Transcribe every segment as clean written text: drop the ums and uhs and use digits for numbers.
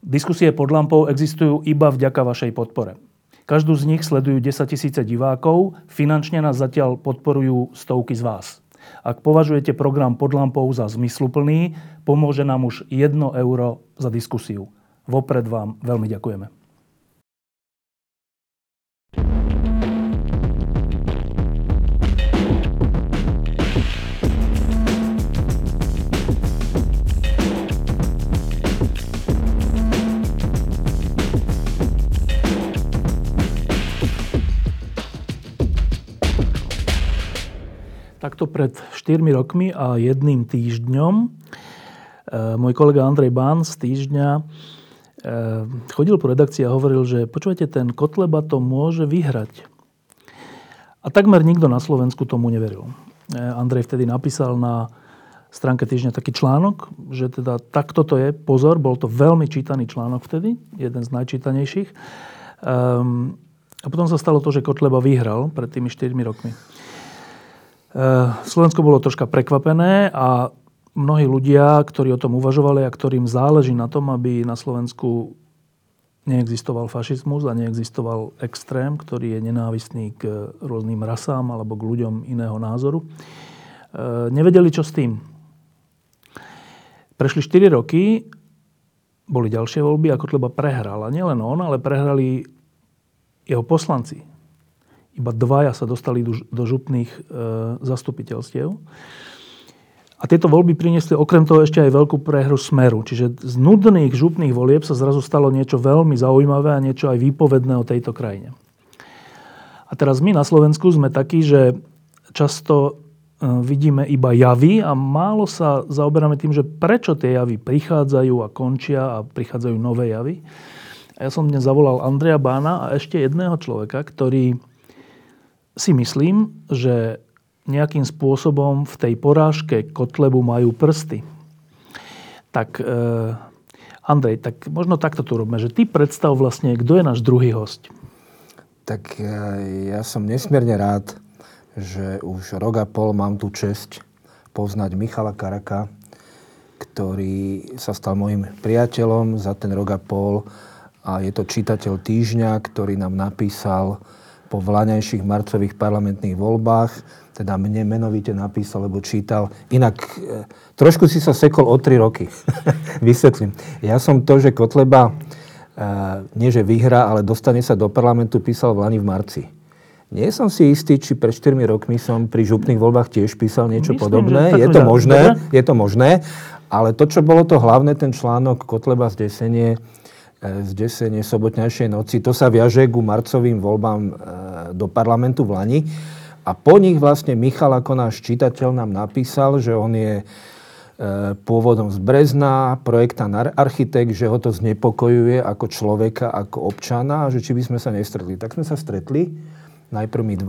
Diskusie pod lampou existujú iba vďaka vašej podpore. Každú z nich sledujú 10 000 divákov, finančne nás zatiaľ podporujú stovky z vás. Ak považujete program Pod lampou za zmysluplný, pomôže nám už 1 euro za diskusiu. Vopred vám veľmi ďakujeme. Takto pred 4 rokmi a 1 týždňom môj kolega Andrej Bán z Týždňa chodil po redakcii a hovoril, že počúvajte, ten Kotleba to môže vyhrať. A takmer nikto na Slovensku tomu neveril. Andrej vtedy napísal na stránke Týždňa taký článok, že teda takto to je. Pozor, bol to veľmi čítaný článok vtedy, jeden z najčítanejších. A potom sa stalo to, že Kotleba vyhral pred tými 4 rokmi. Slovensko bolo troška prekvapené a mnohí ľudia, ktorí o tom uvažovali a ktorým záleží na tom, aby na Slovensku neexistoval fašizmus a neexistoval extrém, ktorý je nenávistný k rôznym rasám alebo k ľuďom iného názoru, nevedeli, čo s tým. Prešli 4 roky, boli ďalšie voľby a Kotleba prehral. A nielen on, ale prehrali jeho poslanci. Iba 2 sa dostali do župných zastupiteľstiev. A tieto voľby priniesli okrem toho ešte aj veľkú prehru Smeru. Čiže z nudných župných volieb sa zrazu stalo niečo veľmi zaujímavé a niečo aj výpovedné o tejto krajine. A teraz my na Slovensku sme takí, že často vidíme iba javy a málo sa zaoberáme tým, že prečo tie javy prichádzajú a končia a prichádzajú nové javy. A ja som dnes zavolal Andreja Bána a ešte jedného človeka, ktorý si myslím, že nejakým spôsobom v tej porážke Kotlebu majú prsty. Tak Andrej, tak možno takto tu robíme, že ty predstav vlastne, kto je náš druhý hosť. Tak ja som nesmierne rád, že už rok a pol mám tú česť poznať Michala Karaka, ktorý sa stal môjim priateľom za ten rok a pol a je to čitateľ Týždňa, ktorý nám napísal po vlaňajších marcových parlamentných voľbách, teda mne menovite napísal, lebo čítal. Inak, trošku si sa sekol o 3 roky. Vysvetlím. Ja som to, že Kotleba nie že vyhrá, ale dostane sa do parlamentu, písal v lani v marci. Nie som si istý, či pred 4 rokmi som pri župných voľbách tiež písal niečo podobné. Je to možné, ale to, čo bolo to hlavné, ten článok Kotleba zdesenie sobotňajšej noci. To sa viaže ku marcovým voľbám do parlamentu v lani. A po nich vlastne Michal ako náš čitateľ nám napísal, že on je pôvodom z Brezna, projektant, architekt, že ho to znepokojuje ako človeka, ako občana a že či by sme sa nestretli. Tak sme sa stretli. Najprv my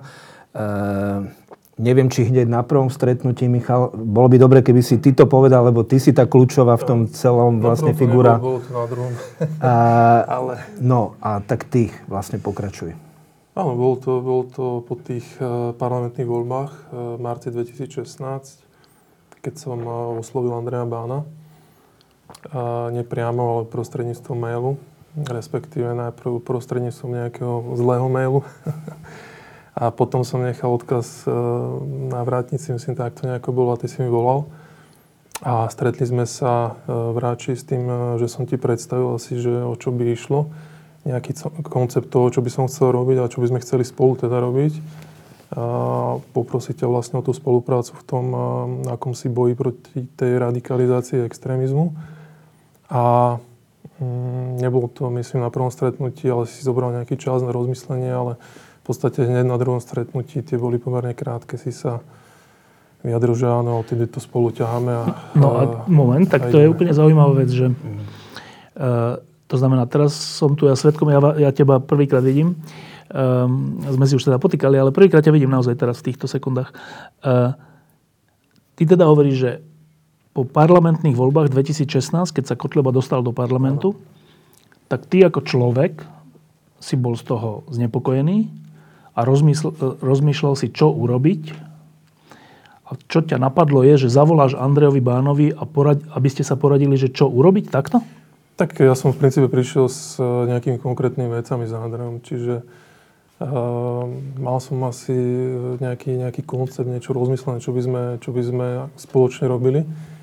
2. Neviem, či hneď na prvom stretnutí, Michal, bolo by dobre, keby si ty to povedal, lebo ty si tá kľúčová v tom celom vlastne figura. Bolo to na druhom. Ale... No, a tak ty vlastne pokračuj. Áno, bolo to po tých parlamentných voľbách v marci 2016, keď som oslovil Andreja Bána. Nepriamo, ale prostredníctvom mailu, respektíve najprv prostredníctvom nejakého zlého mailu. A potom som nechal odkaz na vrátnici, myslím, tak to nejako bolo a ty si mi volal. A stretli sme sa v Ráči s tým, že som ti predstavil asi, že o čo by išlo. Nejaký koncept toho, čo by som chcel robiť a čo by sme chceli spolu teda robiť. A poprosiť ťa vlastne o tú spoluprácu v tom, akom si boji proti tej radikalizácii extrémizmu. A nebolo to, myslím, na prvom stretnutí, ale si zobral nejaký čas na rozmyslenie, ale v podstate hneď na druhom stretnutí tie boli pomerne krátke, si sa vyjadril, že áno, tedy to spolu ťaháme. Moment, tak to je úplne zaujímavá vec, že to znamená, teraz som tu ja svedkom, ja teba prvýkrát vidím, sme si už teda potýkali, ale prvýkrát ťa vidím naozaj teraz v týchto sekundách. Ty teda hovoríš, že po parlamentných voľbách 2016, keď sa Kotleba dostal do parlamentu, tak ty ako človek si bol z toho znepokojený a rozmýšľal si, čo urobiť. A čo ťa napadlo je, že zavoláš Andrejovi Bánovi a aby ste sa poradili, že čo urobiť takto? Tak ja som v princípe prišiel s nejakými konkrétnymi vecami za Andrejom, čiže mal som asi nejaký koncept, niečo rozmyslené, čo by sme spoločne robili.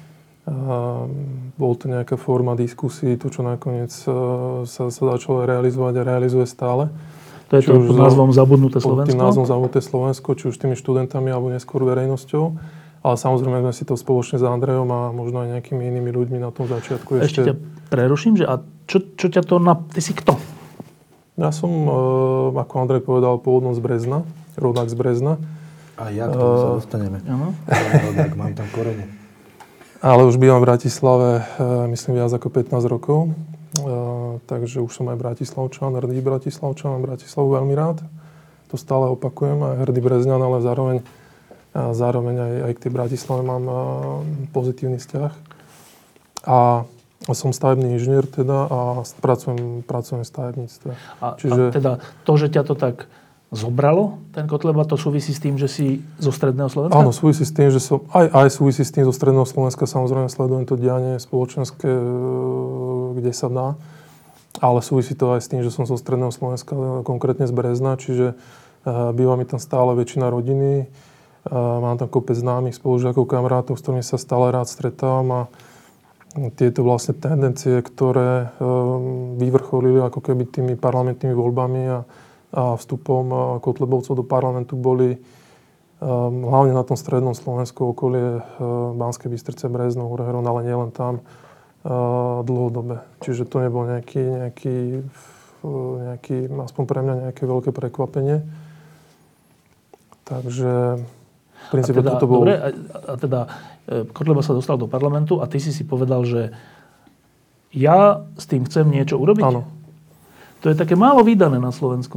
Bol to nejaká forma diskusí, to, čo nakoniec sa začalo realizovať a realizuje stále. To je to pod názvom Zabudnuté Slovensko? Pod tým názvom Zabudnuté Slovensko, či už tými študentami, alebo neskôr verejnosťou. Ale samozrejme sme si to spoločne s Andrejom a možno aj nejakými inými ľuďmi na tom začiatku ešte... ťa preruším, že a čo ťa to... Ty si kto? Ja som, ako Andrej povedal, pôvodom z Brezna, rodák z Brezna. A ja k tomu sa dostaneme. Rodák, mám tam korene. Ale už bývam v Bratislave, myslím, viac ako 15 rokov. Takže už som aj Bratislavčan, hrdý Bratislavčan, mám Bratislavu veľmi rád. To stále opakujem, aj hrdý Brezňan, ale zároveň aj k tej Bratislave mám pozitívny vzťah. A som stavebný inžinier teda a pracujem v stavebníctve. A teda to, že ťa to tak zobralo, ten Kotleba, to súvisí s tým, že si zo Stredného Slovenska? Áno, súvisí s tým, že som aj súvisí s tým zo Stredného Slovenska. Samozrejme sledujem to dianie spoločenské, kde sa dá. Ale súvisí to aj s tým, že som zo Stredného Slovenska, konkrétne z Brezna, čiže býva mi tam stále väčšina rodiny. Mám tam kopec známych spolužiakov, kamarátov, s ktorými sa stále rád stretávam a tieto vlastne tendencie, ktoré vyvrcholili ako keby tými parlamentnými voľbami a vstupom Kotlebovcov do parlamentu boli hlavne na tom strednom Slovensku, okolie Banskej Bystrice, Brezno, Hurehron, ale nielen tam dlhodobé. Čiže to nebol nejaký aspoň pre mňa nejaké veľké prekvapenie. Takže v princípe toto bolo... Dobre, a teda Kotleba sa dostal do parlamentu a ty si povedal, že ja s tým chcem niečo urobiť. Áno. To je také málo vídané na Slovensku.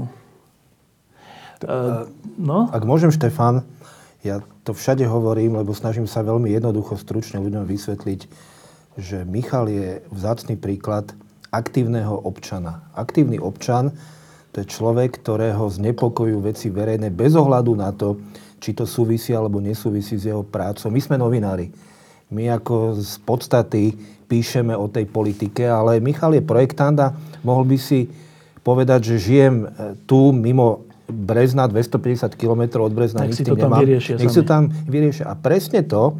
No? Ak môžem, Štefan, ja to všade hovorím, lebo snažím sa veľmi jednoducho, stručne ľuďom vysvetliť, že Michal je vzácny príklad aktívneho občana. Aktívny občan, to je človek, ktorého znepokojujú veci verejné bez ohľadu na to, či to súvisí alebo nesúvisí s jeho prácou. My sme novinári. My ako z podstaty píšeme o tej politike, ale Michal je projektant a mohol by si povedať, že žijem tu mimo Brezna, 250 km od Brezna, nič s tým nemám. Nech si to tam vyriešia. A presne to,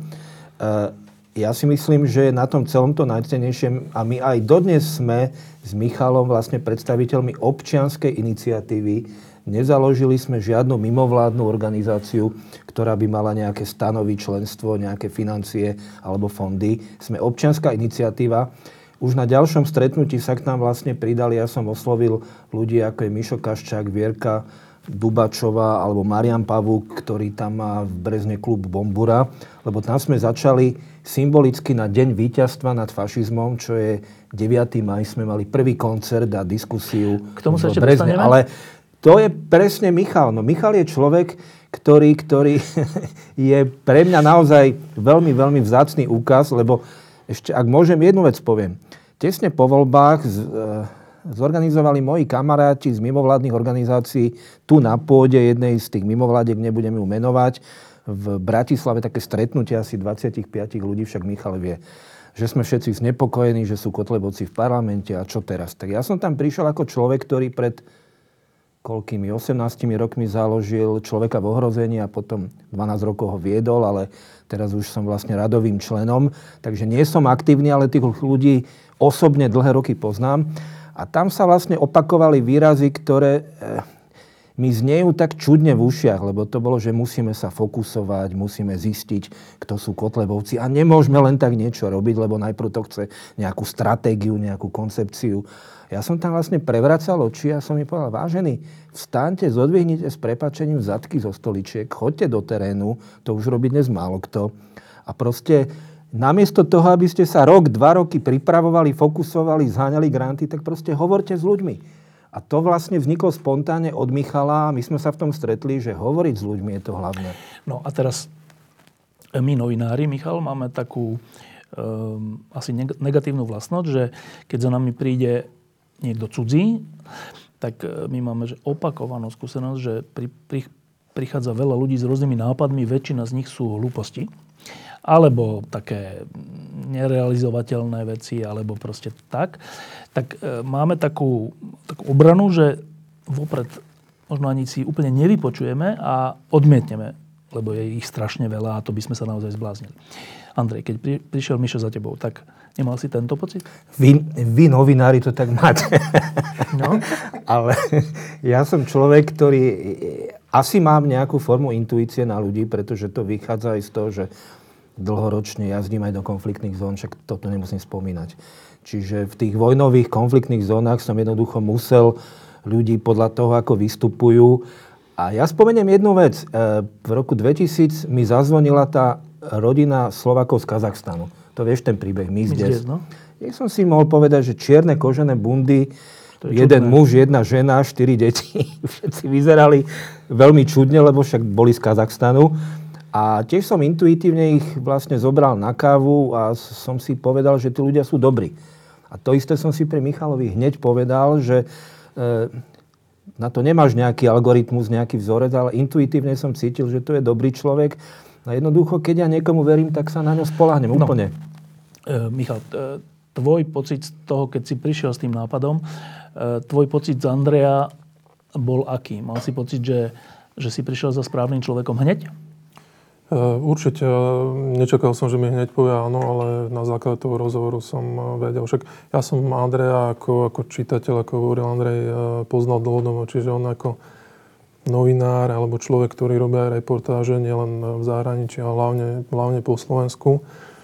ja si myslím, že na tom celom to najcennejšie, a my aj dodnes sme s Michalom vlastne predstaviteľmi občianskej iniciatívy. Nezaložili sme žiadnu mimovládnu organizáciu, ktorá by mala nejaké stanovy, členstvo, nejaké financie alebo fondy. Sme občianská iniciatíva. Už na ďalšom stretnutí sa k nám vlastne pridali, ja som oslovil ľudí ako je Mišo Kaščák, Vierka Dubačová alebo Marian Pavúk, ktorý tam má v Brezne klub Bombura, lebo tam sme začali symbolicky na deň víťazstva nad fašizmom, čo je 9. maj, sme mali prvý koncert a diskusiu k tomu sa ešte Brezne. dostaneme? Ale to je presne Michal. No Michal je človek, ktorý je pre mňa naozaj veľmi, veľmi vzácny úkaz, lebo ešte, ak môžem, jednu vec poviem. Tesne po voľbách zorganizovali moji kamaráti z mimovládnych organizácií tu na pôde jednej z tých mimovládiek, nebudem ju menovať, v Bratislave také stretnutie asi 25 ľudí, však Michal vie, že sme všetci znepokojení, že sú Kotlebovci v parlamente a čo teraz. Tak ja som tam prišiel ako človek, ktorý pred 18 rokmi založil Človeka v ohrození a potom 12 rokov ho viedol, ale teraz už som vlastne radovým členom. Takže nie som aktívny, ale tých ľudí osobne dlhé roky poznám. A tam sa vlastne opakovali výrazy, ktoré mi znejú tak čudne v ušiach, lebo to bolo, že musíme sa fokusovať, musíme zistiť, kto sú Kotlebovci a nemôžeme len tak niečo robiť, lebo najprv to chce nejakú stratégiu, nejakú koncepciu. Ja som tam vlastne prevracal oči a som mi povedal, vážený, vstaňte, zodvihnite s prepáčením zadky zo stoličiek, choďte do terénu, to už robí dnes málo kto. A proste namiesto toho, aby ste sa rok, 2 roky pripravovali, fokusovali, zháňali granty, tak proste hovorte s ľuďmi. A to vlastne vzniklo spontánne od Michala a my sme sa v tom stretli, že hovoriť s ľuďmi je to hlavné. No a teraz my novinári, Michal, máme takú asi negatívnu vlastnosť, že keď za nami príde niekto cudzí, tak my máme že opakovanú skúsenosť, že prichádza veľa ľudí s rôznymi nápadmi, väčšina z nich sú hlúposti. alebo také nerealizovateľné veci, alebo proste tak máme takú obranu, že vopred možno ani si úplne nevypočujeme a odmietneme, lebo je ich strašne veľa a to by sme sa naozaj zbláznili. Andrej, keď prišiel Mišo za tebou, tak nemal si tento pocit? Vy novinári to tak máte. No. Ale ja som človek, ktorý asi mám nejakú formu intuície na ľudí, pretože to vychádza aj z toho, že dlhoročne jazdím aj do konfliktných zón, však toto nemusím spomínať. Čiže v tých vojnových konfliktných zónach som jednoducho musel ľudí podľa toho, ako vystupujú. A ja spomeniem jednu vec. V roku 2000 mi zazvonila tá rodina Slovákov z Kazachstanu. To vieš ten príbeh, Mizdes. No? Ja som si mohol povedať, že čierne kožené bundy, jeden muž, jedna žena, 4 deti. Všetci vyzerali veľmi čudne, lebo však boli z Kazachstanu. A tiež som intuitívne ich vlastne zobral na kávu a som si povedal, že tí ľudia sú dobrí. A to isté som si pre Michalovi hneď povedal, že na to nemáš nejaký algoritmus, nejaký vzorec, ale intuitívne som cítil, že to je dobrý človek. A jednoducho, keď ja niekomu verím, tak sa na ňo spoľahnem úplne. Michal, tvoj pocit z toho, keď si prišiel s tým nápadom, tvoj pocit z Andreja bol aký? Mal si pocit, že si prišiel za správnym človekom hneď? Určite. Nečakal som, že mi hneď povie áno, ale na základe toho rozhovoru som vedel. Však ja som Andreja ako čitateľ, ako hovoril Andrej, poznal dlhodobo. Čiže on ako novinár alebo človek, ktorý robí aj reportáže nielen v zahraničí, ale hlavne po Slovensku.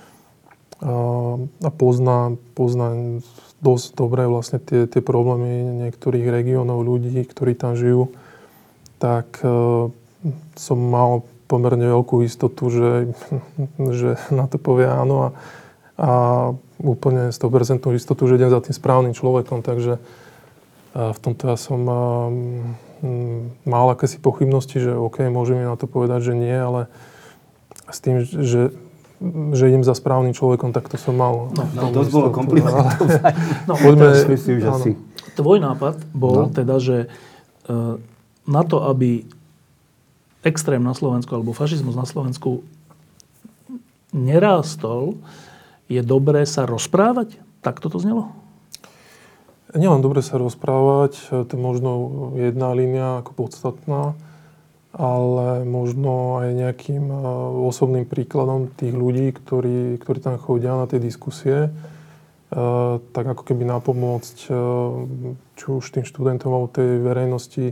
A pozná dosť dobre vlastne tie problémy niektorých regiónov, ľudí, ktorí tam žijú. Tak som mal pomerne veľkú istotu, že na to povie áno a úplne 100% istotu, že idem za tým správnym človekom. Takže v tomto ja som mal akési pochybnosti, že OK, môžem mi na to povedať, že nie, ale s tým, že idem za správnym človekom, tak to som mal. No dosť bolo komplimentov. Tvoj nápad bol teda, že na to, aby extrém na Slovensku alebo fašizmus na Slovensku nerástol, je dobré sa rozprávať? Tak toto znelo? Nielen dobre sa rozprávať, to je možno jedna línia ako podstatná, ale možno aj nejakým osobným príkladom tých ľudí, ktorí tam chodia na tie diskusie, tak ako keby napomôcť či už tým študentom alebo tej verejnosti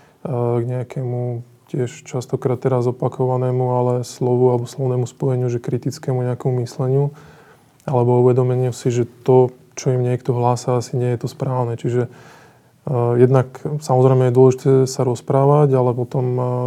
k nejakému tiež častokrát teraz opakovanému, ale slovu alebo slovnému spojeniu, že kritickému nejakému mysleniu, alebo uvedomeniu si, že to, čo im niekto hlása, asi nie je to správne. Čiže jednak samozrejme je dôležité sa rozprávať, ale potom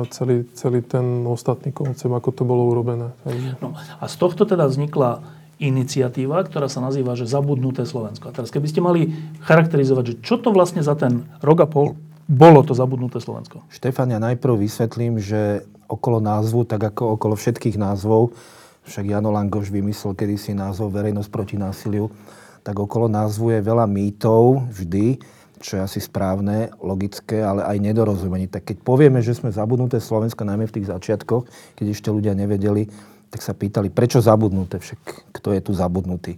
celý ten ostatný koncept, ako to bolo urobené. No, a z tohto teda vznikla iniciatíva, ktorá sa nazýva, že Zabudnuté Slovensko. A teraz, keby ste mali charakterizovať, že čo to vlastne za ten rok a pol bolo to Zabudnuté Slovensko? Štefan, ja najprv vysvetlím, že okolo názvu, tak ako okolo všetkých názvov, však Jano Langoš vymyslel kedysi názov Verejnosť proti násiliu, tak okolo názvu je veľa mýtov vždy, čo je asi správne, logické, ale aj nedorozumení. Tak keď povieme, že sme Zabudnuté Slovensko, najmä v tých začiatkoch, keď ešte ľudia nevedeli, tak sa pýtali, prečo zabudnuté, však kto je tu zabudnutý.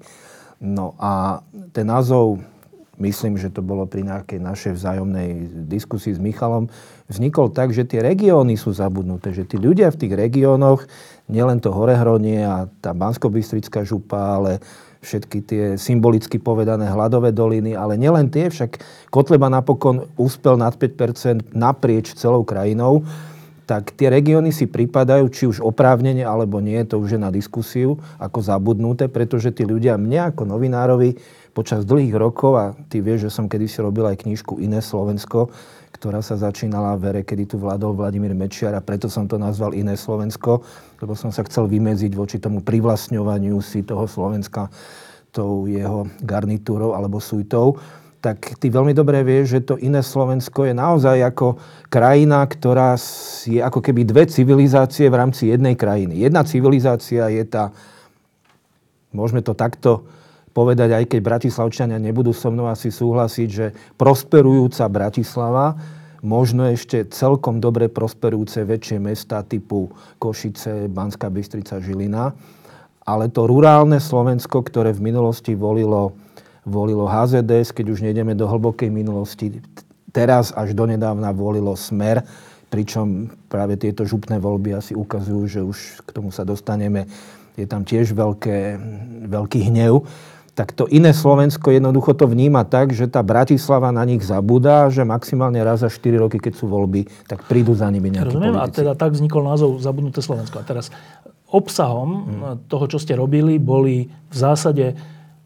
No a ten názov, myslím, že to bolo pri nejakej našej vzájomnej diskusii s Michalom, vznikol tak, že tie regióny sú zabudnuté, že tí ľudia v tých regiónoch, nielen to Horehronie a tá Banskobystrická župa, ale všetky tie symbolicky povedané hladové doliny, ale nielen tie, však Kotleba napokon úspel nad 5% naprieč celou krajinou, tak tie regióny si pripadajú, či už oprávnene, alebo nie, to už je na diskusiu, ako zabudnuté, pretože tí ľudia, mne ako novinárovi, počas dlhých rokov, a ty vieš, že som kedysi robil aj knižku Iné Slovensko, ktorá sa začínala v ére, kedy tu vládol Vladimír Mečiar, a preto som to nazval Iné Slovensko, lebo som sa chcel vymedziť voči tomu privlastňovaniu si toho Slovenska tou jeho garnitúrou alebo sújtou. Tak ty veľmi dobre vieš, že to Iné Slovensko je naozaj ako krajina, ktorá je ako keby dve civilizácie v rámci jednej krajiny. Jedna civilizácia je tá, môžeme to takto povedať, aj keď Bratislavčania nebudú so mnou asi súhlasiť, že prosperujúca Bratislava, možno ešte celkom dobre prosperujúce väčšie mestá typu Košice, Banská Bystrica, Žilina. ale to rurálne Slovensko, ktoré v minulosti volilo HZDS, keď už nejdeme do hlbokej minulosti, teraz až donedávna volilo Smer, pričom práve tieto župné voľby asi ukazujú, že už k tomu sa dostaneme. Je tam tiež veľký hnev. Tak to iné Slovensko jednoducho to vníma tak, že tá Bratislava na nich zabúda, že maximálne raz za 4 roky, keď sú voľby, tak prídu za nimi nejakí politici. A teda tak vznikol názov Zabudnuté Slovensko. A teraz obsahom toho, čo ste robili, boli v zásade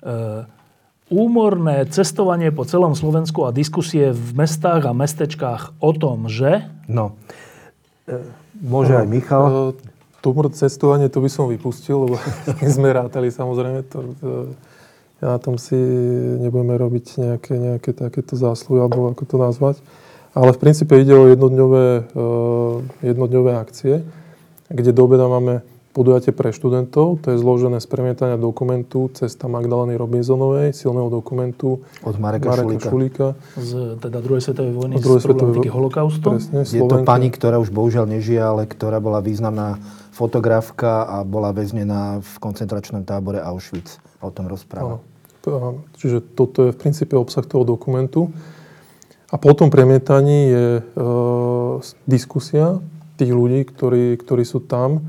úmorné cestovanie po celom Slovensku a diskusie v mestách a mestečkách o tom, že... No, môže aj Michal. To cestovanie, to by som vypustil, lebo sme rátali samozrejme. Ja na tom si nebudeme robiť nejaké takéto zásluhy, alebo ako to nazvať. Ale v princípe ide o jednodňové akcie, kde do obeda máme podujatie pre študentov, to je zložené z premietania dokumentu Cesta Magdaleny Robinsonovej, silného dokumentu od Mareka Šulíka. Z teda druhej svetovej vojny, z problematiky holokaustu. Presne, je to pani, ktorá už bohužiaľ nežije, ale ktorá bola významná fotografka a bola väznená v koncentračnom tábore Auschwitz. O tom rozpráva. Čiže toto je v princípe obsah toho dokumentu. A po tom premietaní je diskusia tých ľudí, ktorí sú tam.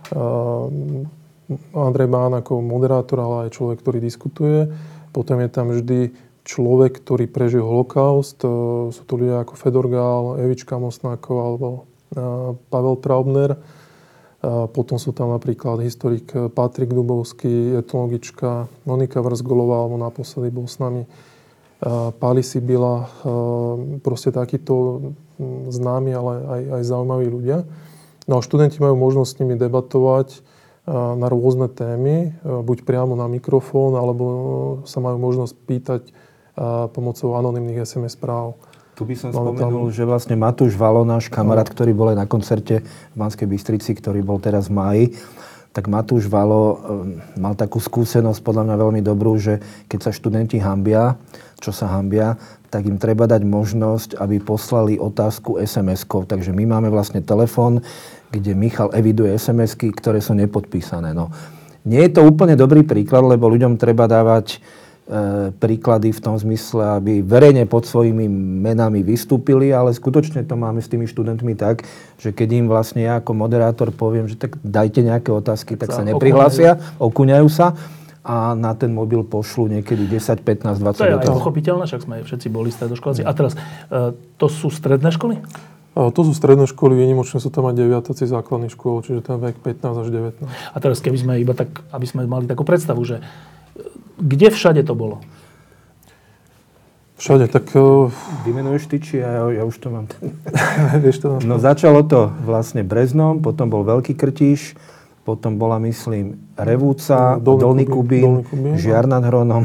Andrej Bán ako moderátor, ale aj človek, ktorý diskutuje. Potom je tam vždy človek, ktorý prežil holokaust. Sú to ľudia ako Fedor Gál, Evička Mosnáková alebo Pavel Traubner. Potom sú tam napríklad historik Patrik Dubovský, etnologička Monika Vrzgolová, alebo naposledy bol s nami Páli Sibila. Proste takíto známi, ale aj zaujímaví ľudia. No a študenti majú možnosť s nimi debatovať na rôzne témy, buď priamo na mikrofón, alebo sa majú možnosť pýtať pomocou anonymných SMS správ. Tu by som spomenul, že vlastne Matúš Valo, náš kamarát, ktorý bol aj na koncerte v Banskej Bystrici, ktorý bol teraz v máji, tak Matúš Valo mal takú skúsenosť, podľa mňa veľmi dobrú, že keď sa študenti hanbia, čo sa hanbia, tak im treba dať možnosť, aby poslali otázku SMS-kou. Takže my máme vlastne telefón, kde Michal eviduje SMS-ky, ktoré sú nepodpísané. No. Nie je to úplne dobrý príklad, lebo ľuďom treba dávať príklady v tom zmysle, aby verejne pod svojimi menami vystúpili, ale skutočne to máme s tými študentmi tak, že keď im vlastne ja ako moderátor poviem, že tak dajte nejaké otázky, tak sa neprihlásia, okúňajú sa a na ten mobil pošlu niekedy 10, 15, 20 To je aj pochopiteľné, však sme všetci boli stredoškoláci. A teraz, to sú stredné školy? To sú stredné školy, výnimočne sú tam aj deviatáci základných škôl, čiže ten vek 15 až 19. A teraz, keby sme iba tak, aby sme mali takú predstavu, že kde všade to bolo? Všade, tak... Vymenuješ ty, či ja už to mám. Vieš to? No začalo to vlastne Breznom, potom bol Veľký Krtíš, potom bola, myslím, Revúca, Dolný Kubín, Žiar nad Hronom,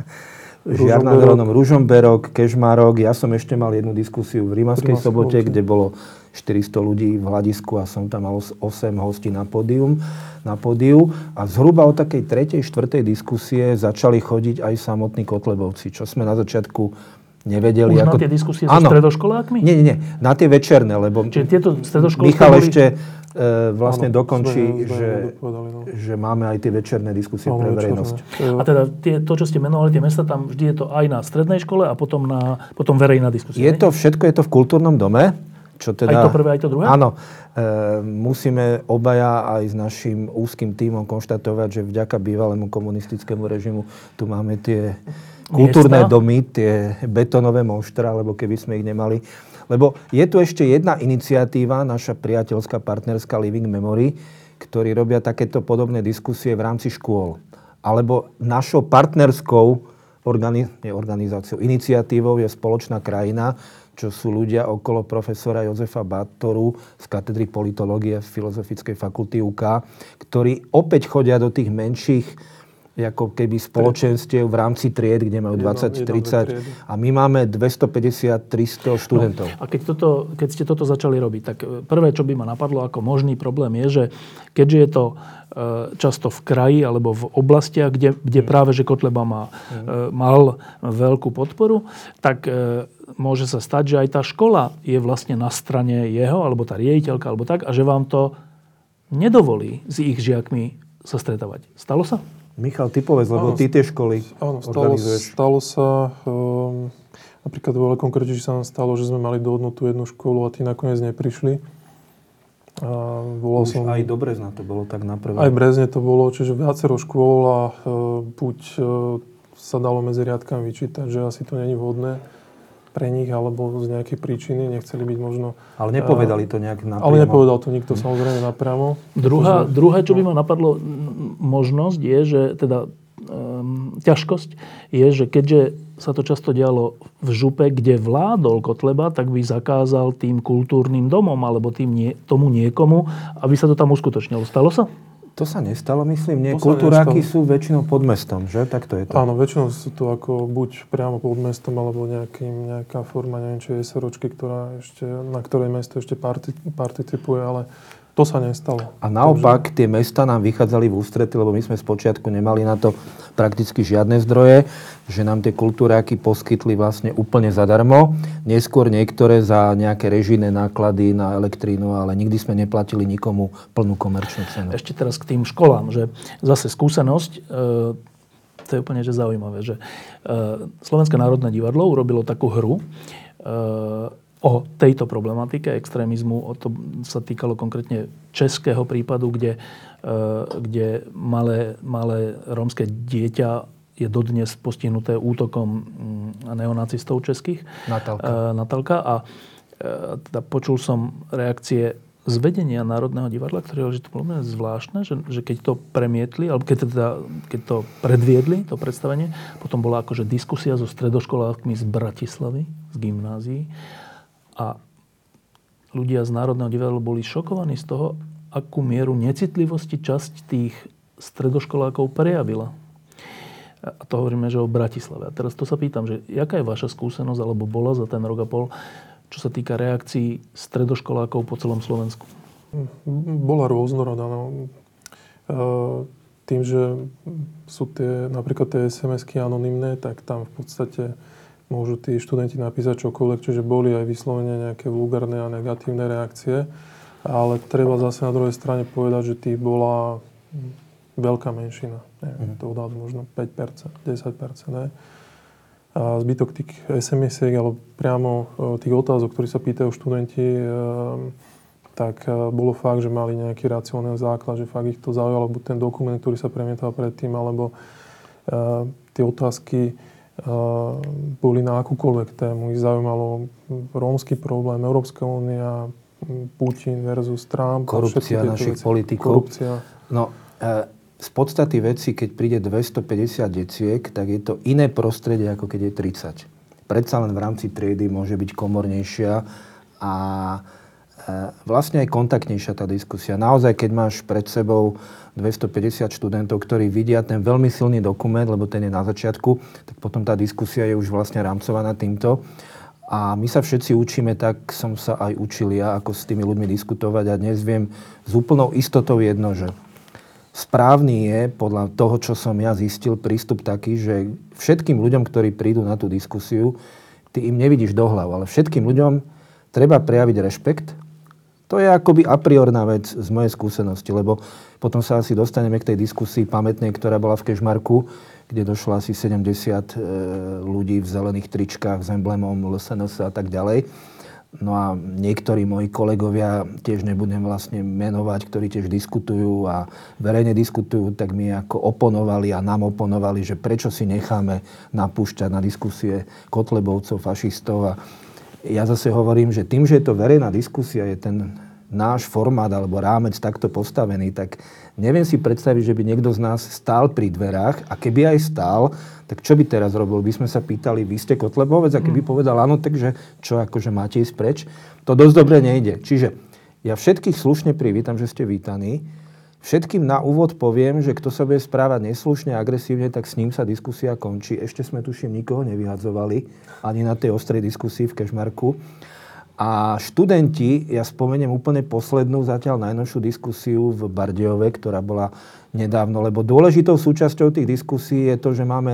Ružomberok, Kežmarok. Ja som ešte mal jednu diskusiu v Rímavskej Sobote, kde bolo 400 ľudí v hľadisku a som tam mal 8 hostí na pódiu. A zhruba od takej 3., 4. diskusie začali chodiť aj samotní Kotlebovci, čo sme na začiatku nevedeli. Už na tie diskusie so stredoškolákmi? Nie, na tie večerné, lebo čiže tieto stredoškoláci Michal ešte vlastne dokončí, že máme aj tie večerné diskusie pre verejnosť. A teda to, čo ste menovali, tie mesta, tam vždy je to aj na strednej škole a potom verejná diskusia. Všetko je to v kultúrnom dome. Čo teda, aj to prvé, aj to druhé? Áno. Musíme obaja aj s našim úzkým tímom konštatovať, že vďaka bývalému komunistickému režimu tu máme tie kultúrne domy, tie betónové monštra, lebo keby sme ich nemali. Lebo je tu ešte jedna iniciatíva, naša priateľská, partnerská Living Memory, ktorí robia takéto podobné diskusie v rámci škôl. Alebo našou partnerskou organizáciou, iniciatívou je Spoločná krajina, čo sú ľudia okolo profesora Jozefa Bátoru z katedry politológie Filozofickej fakulty UK, ktorí opäť chodia do tých menších ako keby spoločenstiev v rámci tried, kde majú 20-30 a my máme 250-300 študentov. No, a keď ste toto začali robiť, tak prvé, čo by ma napadlo ako možný problém je, že keďže je to často v kraji alebo v oblastiach, kde práve že Kotleba mal veľkú podporu, tak môže sa stať, že aj tá škola je vlastne na strane jeho, alebo tá riaditeľka, alebo tak, a že vám to nedovolí s ich žiakmi sa stretávať. Stalo sa? Michal, ty povedz, lebo ty tie školy organizuješ. Stalo sa. Napríklad veľa konkrétne sa nám stalo, že sme mali dohodnutú jednu školu a tí nakoniec neprišli. Aj do Brezna to bolo tak na prvé. Aj v Brezne to bolo, čiže viacero škôl a buď sa dalo medzi riadkami vyčítať, že asi to není vhodné pre nich, alebo z nejakej príčiny nechceli byť možno... Ale nepovedali to nejak napriamo. Ale nepovedal to nikto samozrejme napriamo. Druhé, čo by ma napadlo, možnosť je, že teda ťažkosť je, že keďže sa to často dialo v župe, kde vládol Kotleba, tak by zakázal tým kultúrnym domom alebo tomu niekomu, aby sa to tam uskutočnilo. Stalo sa? To sa nestalo, myslím. Nie, kultúráky sú väčšinou pod mestom, že? Tak to je to. Áno, väčšinou sú to ako buď priamo pod mestom, alebo nejaká forma, neviem, či je SROčky, na ktorej mesto ešte participuje, ale to sa nestalo. A naopak, tie mesta nám vychádzali v ústrety, lebo my sme spočiatku nemali na to prakticky žiadne zdroje, že nám tie kultúráky poskytli vlastne úplne zadarmo. Neskôr niektoré za nejaké režijné náklady na elektrínu, ale nikdy sme neplatili nikomu plnú komerčnú cenu. Ešte teraz k tým školám, že zase skúsenosť, to je úplne že zaujímavé, že Slovenské národné divadlo urobilo takú hru o tejto problematike extrémizmu. To sa týkalo konkrétne českého prípadu, kde malé rómske dieťa je dodnes postihnuté útokom neonacistov českých. Natálka. A teda počul som reakcie z vedenia Národného divadla, ktoré hovorili, že to bolo zvláštne, že keď to premietli, alebo keď to predviedli, to predstavenie, potom bola akože diskusia so stredoškolákmi z Bratislavy, z gymnázií. A ľudia z Národného divadla boli šokovaní z toho, akú mieru necitlivosti časť tých stredoškolákov prejavila. A to hovoríme, že o Bratislave. A teraz to sa pýtam, že jaká je vaša skúsenosť, alebo bola za ten rok a pol, čo sa týka reakcií stredoškolákov po celom Slovensku? Bola rôznorodá. Tým, že sú napríklad tie SMS-ky anonymné, tak tam v podstate môžu tí študenti napísať čokoľvek, čiže boli aj vyslovene nejaké vulgárne a negatívne reakcie. Ale treba zase na druhej strane povedať, že tých bola veľká menšina. Neviem, to odhad možno 5%, 10%. Ne? A zbytok tých SMS-iek, alebo priamo tých otázok, ktorí sa pýtajú študenti, tak bolo fakt, že mali nejaký racionálny základ, že fakt ich to zaujalo, buď ten dokument, ktorý sa premietal predtým, alebo tie otázky boli na akúkoľvek tému. Ich zaujímalo rómsky problém, Európska únia, Putin versus Trump. Korupcia našich politikov. No, z podstaty veci, keď príde 250 deciek, tak je to iné prostredie, ako keď je 30. Predsa len v rámci triedy môže byť komornejšia a vlastne aj kontaktnejšia tá diskusia. Naozaj, keď máš pred sebou 250 študentov, ktorí vidia ten veľmi silný dokument, lebo ten je na začiatku, tak potom tá diskusia je už vlastne rámcovaná týmto. A my sa všetci učíme, tak som sa aj učil ja, ako s tými ľuďmi diskutovať a dnes viem s úplnou istotou jedno, že správny je, podľa toho, čo som ja zistil, prístup taký, že všetkým ľuďom, ktorí prídu na tú diskusiu, ty im nevidíš do hlav, ale všetkým ľuďom treba prejaviť rešpekt. To je akoby a priorná vec z mojej skúsenosti, lebo potom sa asi dostaneme k tej diskusii pamätnej, ktorá bola v Kežmarku, kde došlo asi 70 ľudí v zelených tričkách s emblémom LSNS a tak ďalej. No a niektorí moji kolegovia, tiež nebudem vlastne menovať, ktorí tiež diskutujú a verejne diskutujú, tak mi ako oponovali a nám oponovali, že prečo si necháme napúšťať na diskusie kotlebovcov, fašistov. A ja zase hovorím, že tým, že je to verejná diskusia, je ten náš formát alebo rámec takto postavený, tak neviem si predstaviť, že by niekto z nás stál pri dverách a keby aj stál, tak čo by teraz robil? By sme sa pýtali, vy ste Kotlebovec? A keby povedal áno, takže čo, akože máte ísť preč? To dosť dobre nejde. Čiže ja všetkých slušne privítam, že ste vítaní. Všetkým na úvod poviem, že kto sa bude správať neslušne, agresívne, tak s ním sa diskusia končí. Ešte sme, tuším, nikoho nevyhadzovali ani na tej ostrej diskusii v Kežmarku. A študenti, ja spomeniem úplne poslednú, zatiaľ najnovšiu diskusiu v Bardejove, ktorá bola nedávno, lebo dôležitou súčasťou tých diskusí je to, že máme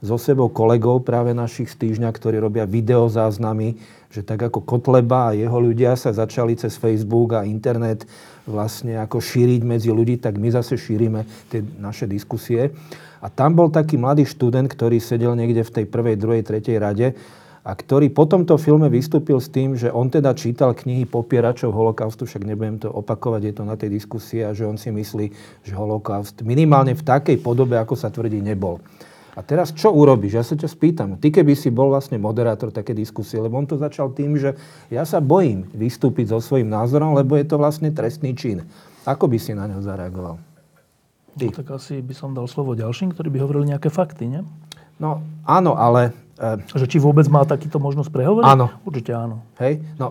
so sebou kolegov práve našich z Týždňa, ktorí robia videozáznamy, že tak ako Kotleba a jeho ľudia sa začali cez Facebook a internet vlastne ako šíriť medzi ľudí, tak my zase šírime tie naše diskusie. A tam bol taký mladý študent, ktorý sedel niekde v tej prvej, druhej, tretej rade a ktorý po tomto filme vystúpil s tým, že on teda čítal knihy popieračov holokaustu, však nebudem to opakovať, je to na tej diskusii, a že on si myslí, že holokaust minimálne v takej podobe, ako sa tvrdí, nebol. A teraz čo urobíš? Ja sa ťa spýtam. Ty keby si bol vlastne moderátor také diskusie, lebo on to začal tým, že ja sa bojím vystúpiť so svojím názorom, lebo je to vlastne trestný čin. Ako by si na ňo zareagoval? No, tak asi by som dal slovo ďalším, ktorí by hovorili nejaké fakty, nie? No áno, ale... Že či vôbec má takýto možnosť prehovoriť? Áno. Určite áno. Hej, no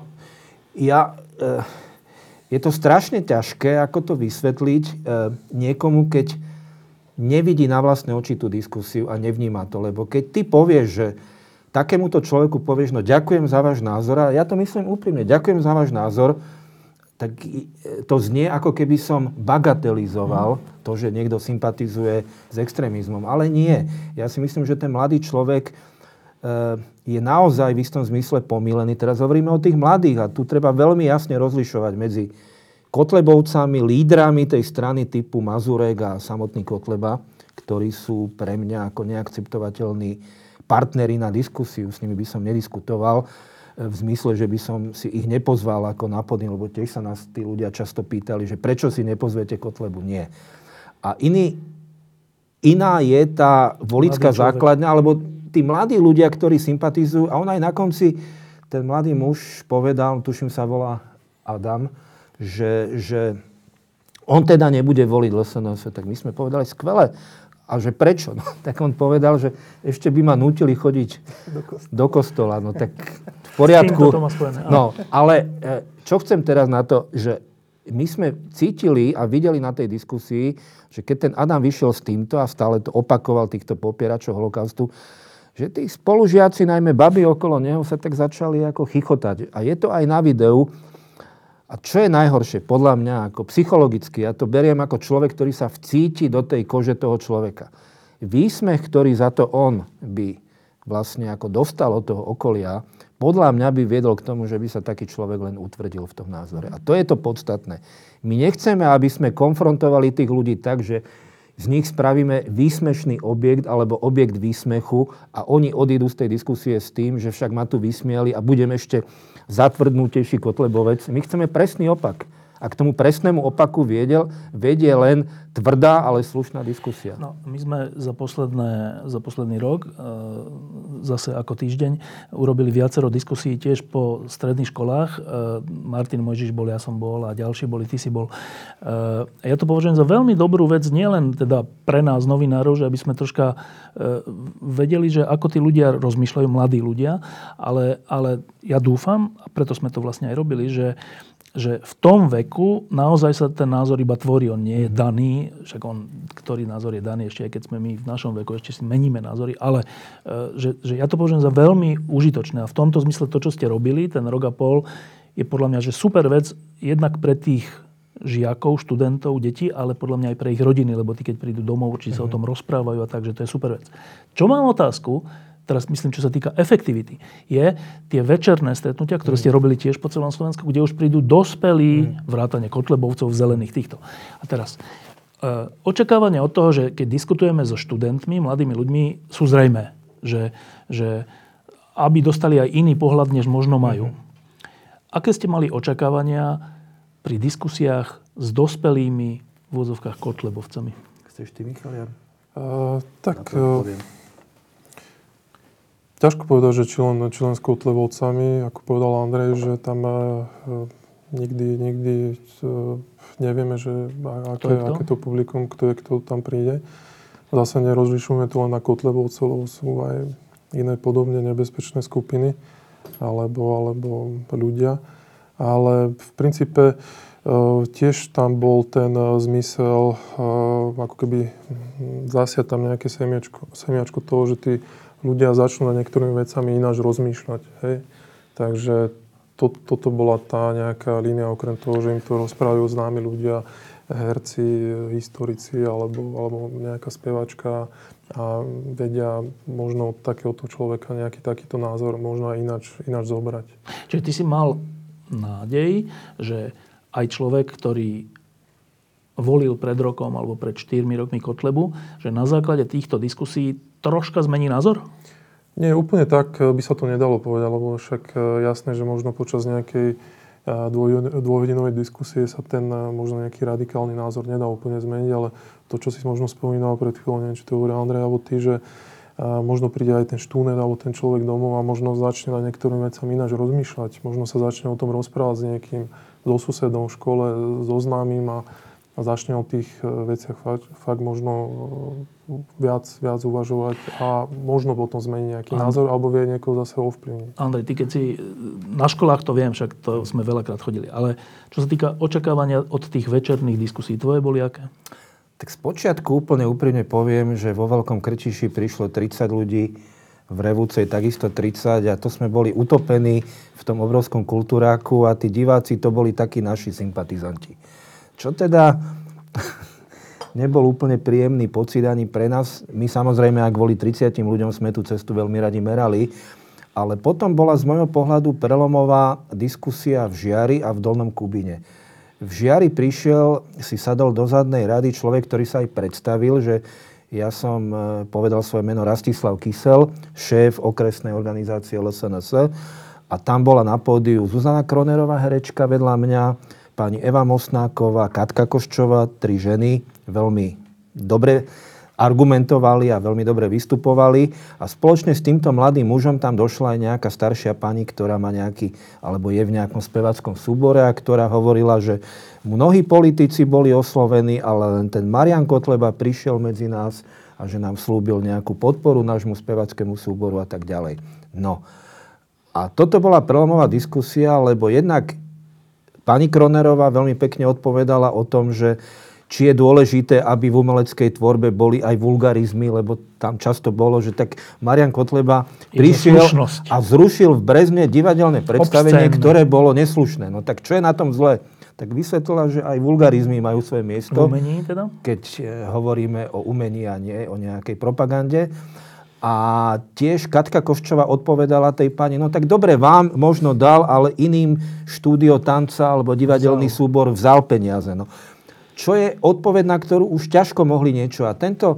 je to strašne ťažké, ako to vysvetliť niekomu, keď nevidí na vlastné oči tú diskusiu a nevníma to. Lebo keď ty povieš, že takémuto človeku povieš, no ďakujem za váš názor, a ja to myslím úprimne, ďakujem za váš názor, tak to znie, ako keby som bagatelizoval to, že niekto sympatizuje s extrémizmom. Ale nie. Ja si myslím, že ten mladý človek je naozaj v istom zmysle pomýlený. Teraz hovoríme o tých mladých a tu treba veľmi jasne rozlišovať medzi Kotlebovcami, lídrami tej strany typu Mazurek a samotný Kotleba, ktorí sú pre mňa ako neakceptovateľní partneri na diskusiu. S nimi by som nediskutoval v zmysle, že by som si ich nepozval ako na pódium, lebo tiež sa nás tí ľudia často pýtali, že prečo si nepozvete Kotlebu. Nie. A iná je tá voličská základňa, alebo tí mladí ľudia, ktorí sympatizujú, a on aj na konci, ten mladý muž povedal, tuším sa volá Adam, že on teda nebude voliť LSNS, tak my sme povedali skvelé. A že prečo? No, tak on povedal, že ešte by ma nútili chodiť do kostola. No tak v poriadku. No, ale čo chcem teraz na to, že my sme cítili a videli na tej diskusii, že keď ten Adam vyšiel s týmto a stále to opakoval týchto popieračov holokaustu, že tí spolužiaci, najmä baby okolo neho, sa tak začali ako chichotať. A je to aj na videu. A čo je najhoršie, podľa mňa, ako psychologicky, ja to beriem ako človek, ktorý sa vcíti do tej kože toho človeka. Výsmech, ktorý za to on by vlastne ako dostal od toho okolia, podľa mňa by viedol k tomu, že by sa taký človek len utvrdil v tom názore. A to je to podstatné. My nechceme, aby sme konfrontovali tých ľudí tak, že z nich spravíme výsmešný objekt alebo objekt výsmechu a oni odídu z tej diskusie s tým, že však ma tu vysmiali a budem ešte zatvrdnutejší Kotlebovec. My chceme presný opak. A k tomu presnému opaku vedie len tvrdá, ale slušná diskusia. No, my sme za posledný rok, zase ako Týždeň, urobili viacero diskusí tiež po stredných školách. Martin Mojžiš bol, ja som bol a ďalší boli, ty si bol. Ja to považujem za veľmi dobrú vec, nielen teda pre nás, novinárov, že aby sme troška vedeli, že ako tí ľudia rozmýšľajú, mladí ľudia, ale ja dúfam, a preto sme to vlastne aj robili, že v tom veku naozaj sa ten názor iba tvorí. On nie je daný, však ktorý názor je daný, ešte aj keď sme my v našom veku, ešte si meníme názory, ale že ja to považujem za veľmi užitočné. A v tomto zmysle to, čo ste robili, ten rok a pol, je podľa mňa, že super vec, jednak pre tých žiakov, študentov, detí, ale podľa mňa aj pre ich rodiny, lebo tí, keď prídu domov, určite sa o tom rozprávajú a tak, že to je super vec. Čo mám otázku, teraz myslím, čo sa týka efektivity, je tie večerné stretnutia, ktoré ste robili tiež po celom Slovensku, kde už prídu dospelí, vrátane Kotlebovcov, zelených týchto. A teraz, očakávania od toho, že keď diskutujeme so študentmi, mladými ľuďmi, sú zrejmé, že aby dostali aj iný pohľad, než možno majú. Aké ste mali očakávania pri diskusiách s dospelými v úvodzovkách Kotlebovcami? Chceš ty, Michal? Ťažko povedať, že či len s Kotlebovcami, ako povedal Andrej, že tam nikdy nevieme, že aké to publikum, kto tam príde. Zase nerozlišujeme to len na Kotlebovcov, lebo sú aj iné podobne nebezpečné skupiny alebo ľudia. Ale v princípe tiež tam bol ten zmysel, ako keby zasiať tam nejaké semiačko toho, že tí ľudia začnú nad niektorými vecami ináč rozmýšľať. Hej? Takže toto bola tá nejaká línia, okrem toho, že im to rozprávajú známi ľudia, herci, historici alebo nejaká spevačka a vedia možno takéhoto človeka nejaký takýto názor možno aj ináč zobrať. Čiže ty si mal nádej, že aj človek, ktorý volil pred rokom alebo pred 4 rokmi Kotlebu, že na základe týchto diskusí troška zmení názor? Nie, úplne tak by sa to nedalo povedať, lebo však jasné, že možno počas nejakej dvojhodinovej diskusie sa ten možno nejaký radikálny názor nedá úplne zmeniť, ale to, čo si možno spomínal pred chvíľou, neviem, či to hovorí Andrej alebo ty, že možno príde aj ten štúdent alebo ten človek domov a možno začne na niektorým vecam ináč rozmýšľať. Možno sa začne o tom rozprávať s niekým, so susedom v škole, so známym a začne o tých veciach fakt možno viac uvažovať a možno potom zmení nejaký názor alebo vie niekoho zase ovplyvniť. Andrej, ty keď si na školách, to viem, však to sme veľakrát chodili, ale čo sa týka očakávania od tých večerných diskusí, tvoje boli aké? Tak spočiatku úplne úprimne poviem, že vo Veľkom Krčiši prišlo 30 ľudí, v Revúcej takisto 30 a to sme boli utopení v tom obrovskom kultúráku a tí diváci to boli takí naši sympatizanti. Čo teda nebol úplne príjemný pocit ani pre nás. My samozrejme, ak kvôli 30 ľuďom sme tú cestu veľmi radi merali, ale potom bola z môjho pohľadu prelomová diskusia v Žiari a v Dolnom Kubine. V Žiari prišiel, si sadol do zadnej rady človek, ktorý sa aj predstavil, že ja som povedal svoje meno Rastislav Kysel, šéf okresnej organizácie LSNS a tam bola na pódiu Zuzana Kronerová, herečka vedľa mňa, pani Eva Mosnáková, Katka Koščová, 3 ženy, veľmi dobre argumentovali a veľmi dobre vystupovali a spoločne s týmto mladým mužom tam došla aj nejaká staršia pani, ktorá má nejaký, alebo je v nejakom speváckom súbore a ktorá hovorila, že mnohí politici boli oslovení, ale len ten Marian Kotleba prišiel medzi nás a že nám slúbil nejakú podporu nášmu spevackému súboru a tak ďalej. No. A toto bola prelomová diskusia, lebo jednak pani Kronerová veľmi pekne odpovedala o tom, že či je dôležité, aby v umeleckej tvorbe boli aj vulgarizmy, lebo tam často bolo, že tak Marian Kotleba prišiel a zrušil v Brezne divadelné predstavenie, ktoré bolo neslušné. No tak čo je na tom zle? Tak vysvetlila, že aj vulgarizmy majú svoje miesto. V umení teda? Keď hovoríme o umení a nie o nejakej propagande. A tiež Katka Koščová odpovedala tej pani, no tak dobre, vám možno dal, ale iným štúdio tanca alebo divadelný súbor vzal peniaze. No. Čo je odpoveď, na ktorú už ťažko mohli niečo. A tento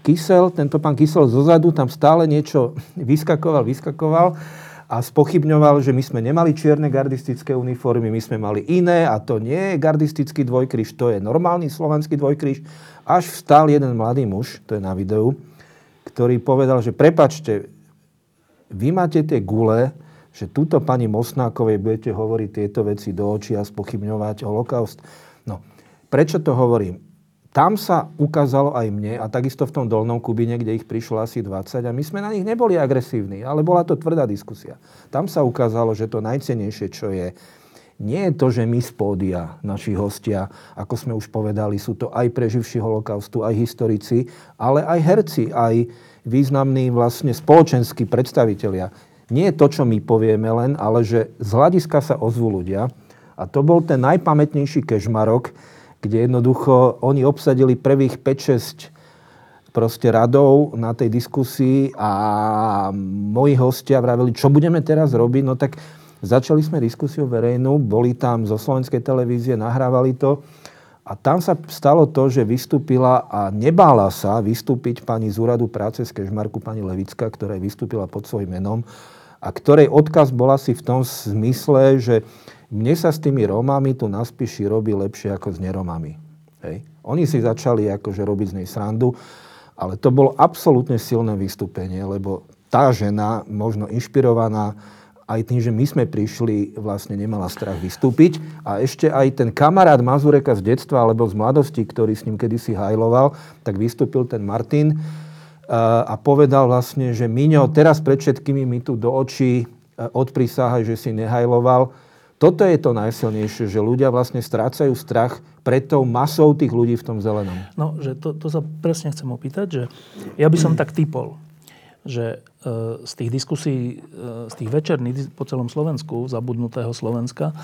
pán Kysel zozadu tam stále niečo vyskakoval a spochybňoval, že my sme nemali čierne gardistické uniformy, my sme mali iné a to nie je gardistický dvojkríž, to je normálny slovanský dvojkríž. Až vstal jeden mladý muž, to je na videu, ktorý povedal, že prepáčte, vy máte tie gule, že túto pani Mosnákovej budete hovoriť tieto veci do očí a spochybňovať holokaust. No, prečo to hovorím? Tam sa ukázalo aj mne, a takisto v tom Dolnom Kubine, kde ich prišlo asi 20, a my sme na nich neboli agresívni, ale bola to tvrdá diskusia. Tam sa ukázalo, že to najcennejšie, čo je, nie je to, že my z pódia, naši hostia, ako sme už povedali, sú to aj preživší holokaustu, aj historici, ale aj herci, aj významní vlastne spoločenskí predstavitelia. Nie je to, čo my povieme len, ale že z hľadiska sa ozvú ľudia. A to bol ten najpamätnejší kežmarok, kde jednoducho oni obsadili prvých 5-6 proste radov na tej diskusii a moji hostia vraveli, čo budeme teraz robiť, no tak začali sme diskusiu verejnú, boli tam zo slovenskej televízie, nahrávali to a tam sa stalo to, že vystúpila a nebála sa vystúpiť pani z úradu práce z Kežmarku, pani Levická, ktorá vystúpila pod svojím menom a ktorej odkaz bol asi v tom zmysle, že mne sa s tými Rómami tu na Spiši robí lepšie ako s neromami. Hej. Oni si začali akože robiť z nej srandu, ale to bolo absolútne silné vystúpenie, lebo tá žena, možno inšpirovaná aj tým, že my sme prišli, vlastne nemala strach vystúpiť. A ešte aj ten kamarát Mazureka z detstva alebo z mladosti, ktorý s ním kedysi hajloval, tak vystúpil ten Martin a povedal vlastne, že Miňo, teraz pred všetkými mi tu do očí odprisahaj, že si nehajloval. Toto je to najsilnejšie, že ľudia vlastne strácajú strach pred tou masou tých ľudí v tom zelenom. No, že to sa presne chcem opýtať, že ja by som tak typol, že z tých diskusí, z tých večerných po celom Slovensku, zabudnutého Slovenska,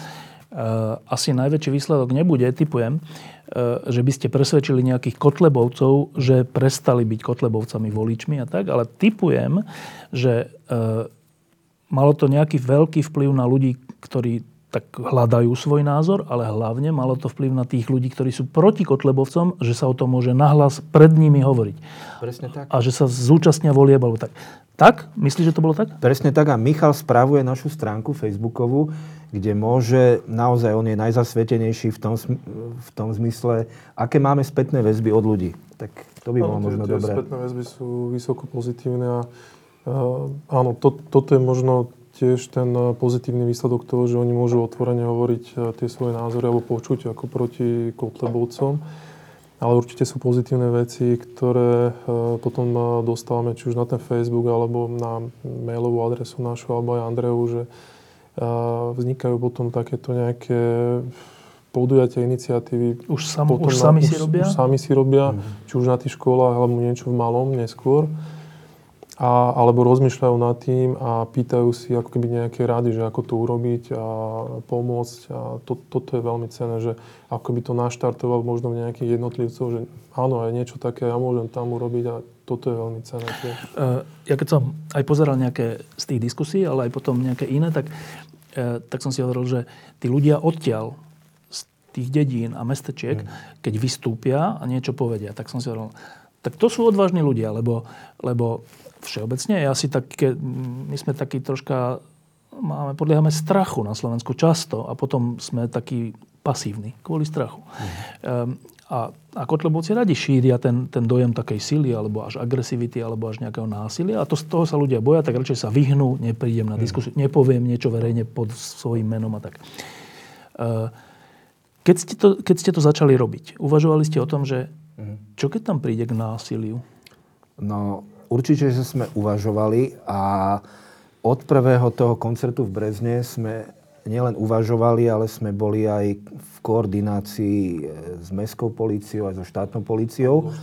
asi najväčší výsledok nebude, tipujem, že by ste presvedčili nejakých kotlebovcov, že prestali byť kotlebovcami voličmi a tak, ale tipujem, že malo to nejaký veľký vplyv na ľudí, ktorí tak hľadajú svoj názor, ale hlavne malo to vplyv na tých ľudí, ktorí sú proti kotlebovcom, že sa o tom môže nahlas pred nimi hovoriť. Presne tak. A že sa zúčastnia volieb alebo tak. Tak? Myslíš, že to bolo tak? Presne tak. A Michal spravuje našu stránku facebookovú, kde môže, naozaj on je najzasvetenejší v tom zmysle, aké máme spätné väzby od ľudí. Tak to by bolo možno dobré. Spätné väzby sú vysoko pozitívne a áno, toto je možno tiež ten pozitívny výsledok toho, že oni môžu otvorene hovoriť tie svoje názory alebo počuť ako proti kotlebovcom. Ale určite sú pozitívne veci, ktoré potom dostávame či už na ten Facebook alebo na mailovú adresu našu alebo aj Andreju, že vznikajú potom takéto nejaké podujatia, iniciatívy. Už sami si robia? Už sami si robia, či už na tých školách alebo niečo v malom neskôr. Alebo rozmýšľajú nad tým a pýtajú si ako keby nejaké rady, že ako to urobiť a pomôcť. A toto je veľmi cenné, že ako by to naštartoval možno v nejakých jednotlivcov, že áno, aj niečo také ja môžem tam urobiť a toto je veľmi cenné. Ja keď som aj pozeral nejaké z tých diskusí, ale aj potom nejaké iné, tak som si hovoril, že tí ľudia odtiaľ z tých dedín a mestečiek, keď vystúpia a niečo povedia, tak som si hovoril, tak to sú odvážni ľudia, lebo všeobecne my sme takí troška, podliehame strachu na Slovensku často a potom sme takí pasívni kvôli strachu. A kotlebovci radi šíria ten dojem takej sily alebo až agresivity alebo až nejakého násilia a z toho sa ľudia boja, tak radšej sa vyhnú, neprídem na diskusiu, nepoviem niečo verejne pod svojím menom a tak. Keď ste to začali robiť, uvažovali ste o tom, že čo keď tam príde k násiliu? No, určite, že sme uvažovali a od prvého toho koncertu v Brezne sme nielen uvažovali, ale sme boli aj v koordinácii s mestskou políciou aj so štátnou políciou.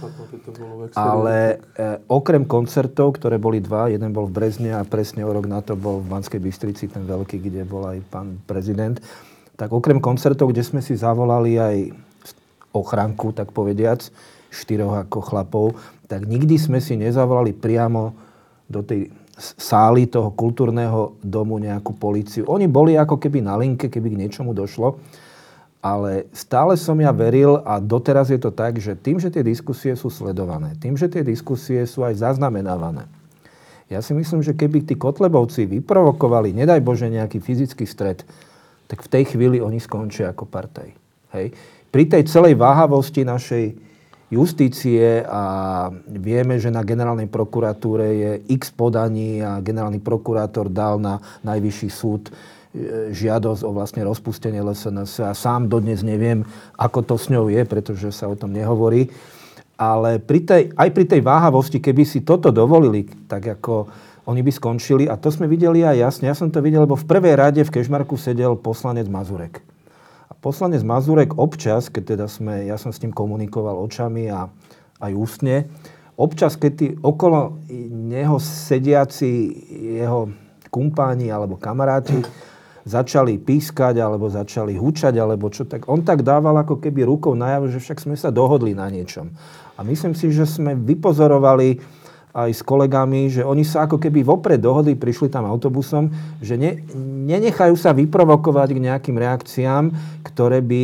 Ale okrem koncertov, ktoré boli dva, jeden bol v Brezne a presne o rok na to bol v Banskej Bystrici, ten veľký, kde bol aj pán prezident, tak okrem koncertov, kde sme si zavolali aj ochranku, tak povediac, 4 ako chlapov, tak nikdy sme si nezavolali priamo do tej sály toho kultúrneho domu nejakú políciu. Oni boli ako keby na linke, keby k niečomu došlo, ale stále som ja veril a doteraz je to tak, že tým, že tie diskusie sú sledované, tým, že tie diskusie sú aj zaznamenávané. Ja si myslím, že keby tí kotlebovci vyprovokovali, nedaj Bože, nejaký fyzický stret, tak v tej chvíli oni skončia ako partaj. Hej? Pri tej celej váhavosti našej justície a vieme, že na generálnej prokuratúre je x podaní a generálny prokurátor dal na najvyšší súd žiadosť o vlastne rozpustenie LSNS a sám dodnes neviem, ako to s ňou je, pretože sa o tom nehovorí. Ale aj pri tej váhavosti, keby si toto dovolili, tak ako oni by skončili. A to sme videli aj jasne. Ja som to videl, lebo v prvej rade v Kežmarku sedel poslanec Mazurek. Poslanec Mazurek občas, keď teda ja som s ním komunikoval očami a aj ústne, občas, keď okolo neho sediaci jeho kumpáni alebo kamaráti začali pískať alebo začali hučať alebo čo, tak on tak dával ako keby rukou najavo, že však sme sa dohodli na niečom. A myslím si, že sme vypozorovali aj s kolegami, že oni sa ako keby vopred dohodli, prišli tam autobusom, že nenechajú sa vyprovokovať k nejakým reakciám, ktoré by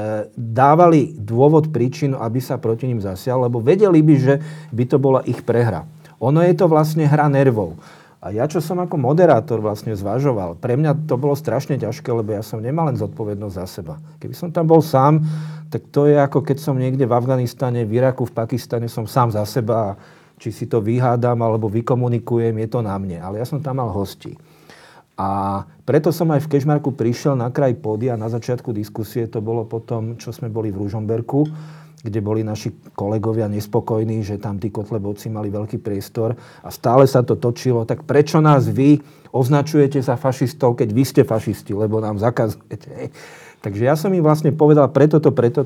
dávali dôvod, príčinu, aby sa proti ním zasial, lebo vedeli by, že by to bola ich prehra. Ono je to vlastne hra nervov. A ja, čo som ako moderátor vlastne zvažoval, pre mňa to bolo strašne ťažké, lebo ja som nemal len zodpovednosť za seba. Keby som tam bol sám, tak to je ako keď som niekde v Afganistane, v Iraku, v Pakistane, som sám za seba. Či si to vyhádam, alebo vykomunikujem, je to na mne. Ale ja som tam mal hostí. A preto som aj v Kežmarku prišiel na kraj pódia, na začiatku diskusie, to bolo potom, čo sme boli v Ružomberku, kde boli naši kolegovia nespokojní, že tam tí kotlebovci mali veľký priestor a stále sa to točilo. Tak prečo nás vy označujete za fašistov, keď vy ste fašisti, lebo nám zakazujete? Takže ja som im vlastne povedal, preto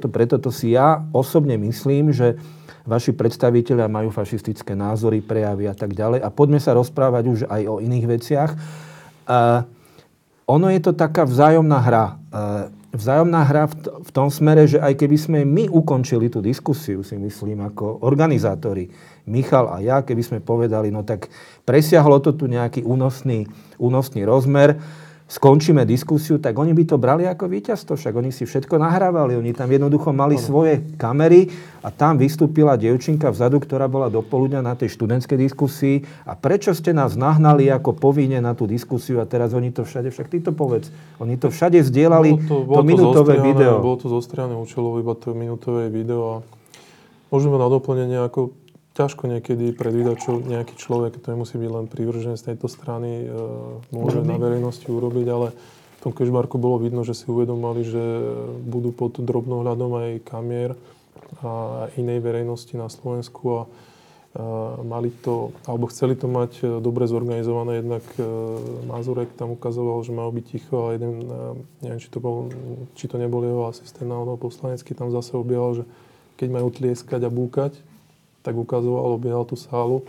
si ja osobne myslím, že vaši predstavitelia majú fašistické názory, prejavy a tak ďalej. A poďme sa rozprávať už aj o iných veciach. ono je to taká vzájomná hra. Vzájomná hra v tom smere, že aj keby sme my ukončili tú diskusiu, si myslím, ako organizátori, Michal a ja, keby sme povedali, no tak presiahlo to tu nejaký únosný rozmer, skončíme diskusiu, tak oni by to brali ako víťazstvo, však oni si všetko nahrávali, oni tam jednoducho mali svoje kamery a tam vystúpila dievčinka vzadu, ktorá bola dopoludňa na tej študentskej diskusii a prečo ste nás nahnali ako povinne na tú diskusiu a teraz oni to všade, však ty to povedz, oni to všade zdieľali, to minútové video. Bolo to zostrihané účelovo, iba to minútové video a môžeme na doplnenie ako ťažko niekedy predvídať, čo nejaký človek, to nemusí byť len privržený z tejto strany, môže na verejnosti urobiť, ale v tom Kežmarku bolo vidno, že si uvedomali, že budú pod drobnohľadom aj kamier a inej verejnosti na Slovensku a mali to, alebo chceli to mať dobre zorganizované. Jednak Mazurek tam ukazoval, že mal byť ticho a jeden, neviem, či to nebol jeho asistent náhodou poslanecký, tam zase objavil, že keď majú tlieskať a búkať, tak ukazoval, obiehal tú sálu.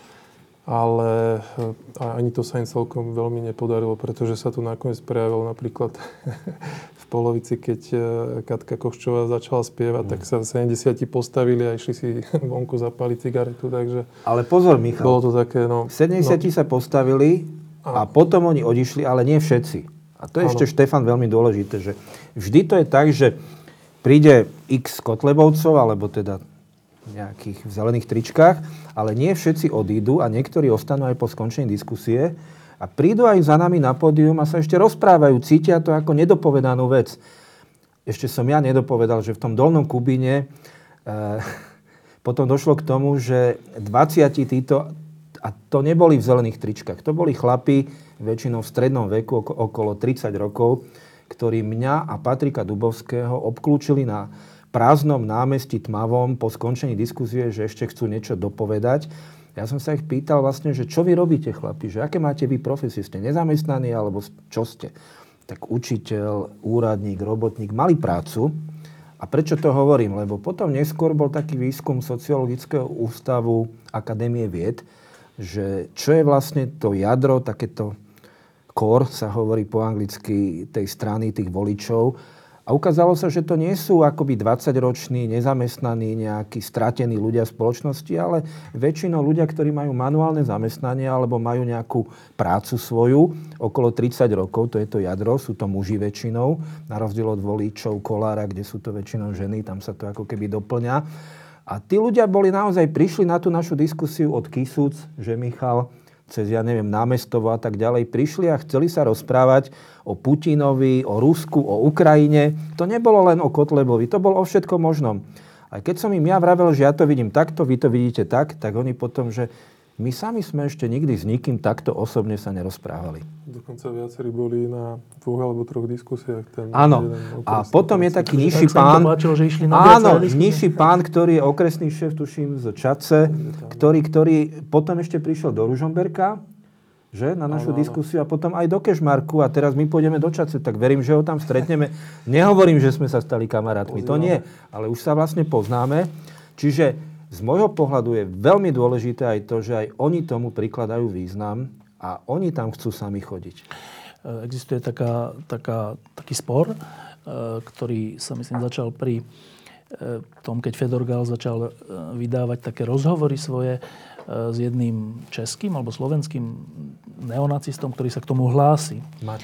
Ale ani to sa im celkom veľmi nepodarilo, pretože sa tu nakoniec prejavilo napríklad v polovici, keď Katka Koščová začala spievať, tak sa 70 postavili a išli si vonku zapáliť cigaretu, takže... Ale pozor, Michal, bolo to také, 70 sa postavili a potom oni odišli, ale nie všetci. A to je ešte, Štefan, veľmi dôležité, že vždy to je tak, že príde x Kotlebovcov, alebo teda nejakých v zelených tričkách, ale nie všetci odídu a niektorí ostanú aj po skončení diskusie a prídu aj za nami na pódium a sa ešte rozprávajú, cítia to ako nedopovedanú vec. Ešte som ja nedopovedal, že v tom Dolnom Kubíne potom došlo k tomu, že 20 títo, a to neboli v zelených tričkách, to boli chlapi väčšinou v strednom veku, okolo 30 rokov, ktorí mňa a Patrika Dubovského obklúčili na prázdnom námestí tmavom po skončení diskusie, že ešte chcú niečo dopovedať. Ja som sa ich pýtal vlastne, že čo vy robíte, chlapi, že aké máte vy profesie, ste nezamestnaní alebo čo ste? Tak učiteľ, úradník, robotník, mali prácu. A prečo to hovorím? Lebo potom neskôr bol taký výskum Sociologického ústavu Akadémie vied, že čo je vlastne to jadro, takéto core sa hovorí po anglicky tej strany, tých voličov. A ukázalo sa, že to nie sú akoby 20-roční, nezamestnaní, nejakí stratení ľudia v spoločnosti, ale väčšinou ľudia, ktorí majú manuálne zamestnanie alebo majú nejakú prácu svoju, okolo 30 rokov, to je to jadro, sú to muži väčšinou, na rozdiel od voličov Kollára, kde sú to väčšinou ženy, tam sa to ako keby doplňa. A tí ľudia prišli na tú našu diskusiu od Kisúc, že Michal, cez, Námestovo a tak ďalej, prišli a chceli sa rozprávať o Putinovi, o Rusku, o Ukrajine. To nebolo len o Kotlebovi, to bolo o všetkom možnom. A keď som im ja vravel, že ja to vidím takto, vy to vidíte tak oni potom, že my sami sme ešte nikdy s nikým takto osobne sa nerozprávali. Dokonca viacerí boli na 2 alebo 3 diskusiách. Áno. A potom je taký nižší pán. Nižší pán, ktorý je okresný šéf, tuším, z Čadce, ktorý potom ešte prišiel do Ružomberka, že, na našu diskusiu a potom aj do Kežmarku a teraz my pôjdeme do Čadce, tak verím, že ho tam stretneme. Nehovorím, že sme sa stali kamarátmi, to nie, ale už sa vlastne poznáme. Čiže z môjho pohľadu je veľmi dôležité aj to, že aj oni tomu prikladajú význam a oni tam chcú sami chodiť. Existuje taký spor, ktorý sa myslím začal pri tom, keď Fedor Gál začal vydávať také rozhovory svoje s jedným českým alebo slovenským neonacistom, ktorý sa k tomu hlási.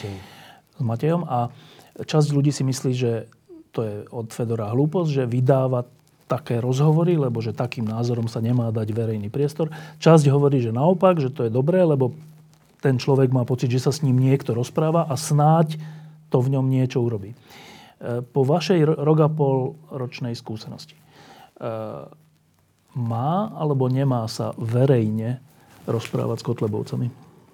S Matejom. A časť ľudí si myslí, že to je od Fedora hlúposť, že vydáva také rozhovory, lebo že takým názorom sa nemá dať verejný priestor. Časť hovorí, že naopak, že to je dobré, lebo ten človek má pocit, že sa s ním niekto rozpráva a snáď to v ňom niečo urobí. Po vašej rok a pol ročnej skúsenosti má alebo nemá sa verejne rozprávať s Kotlebovcami?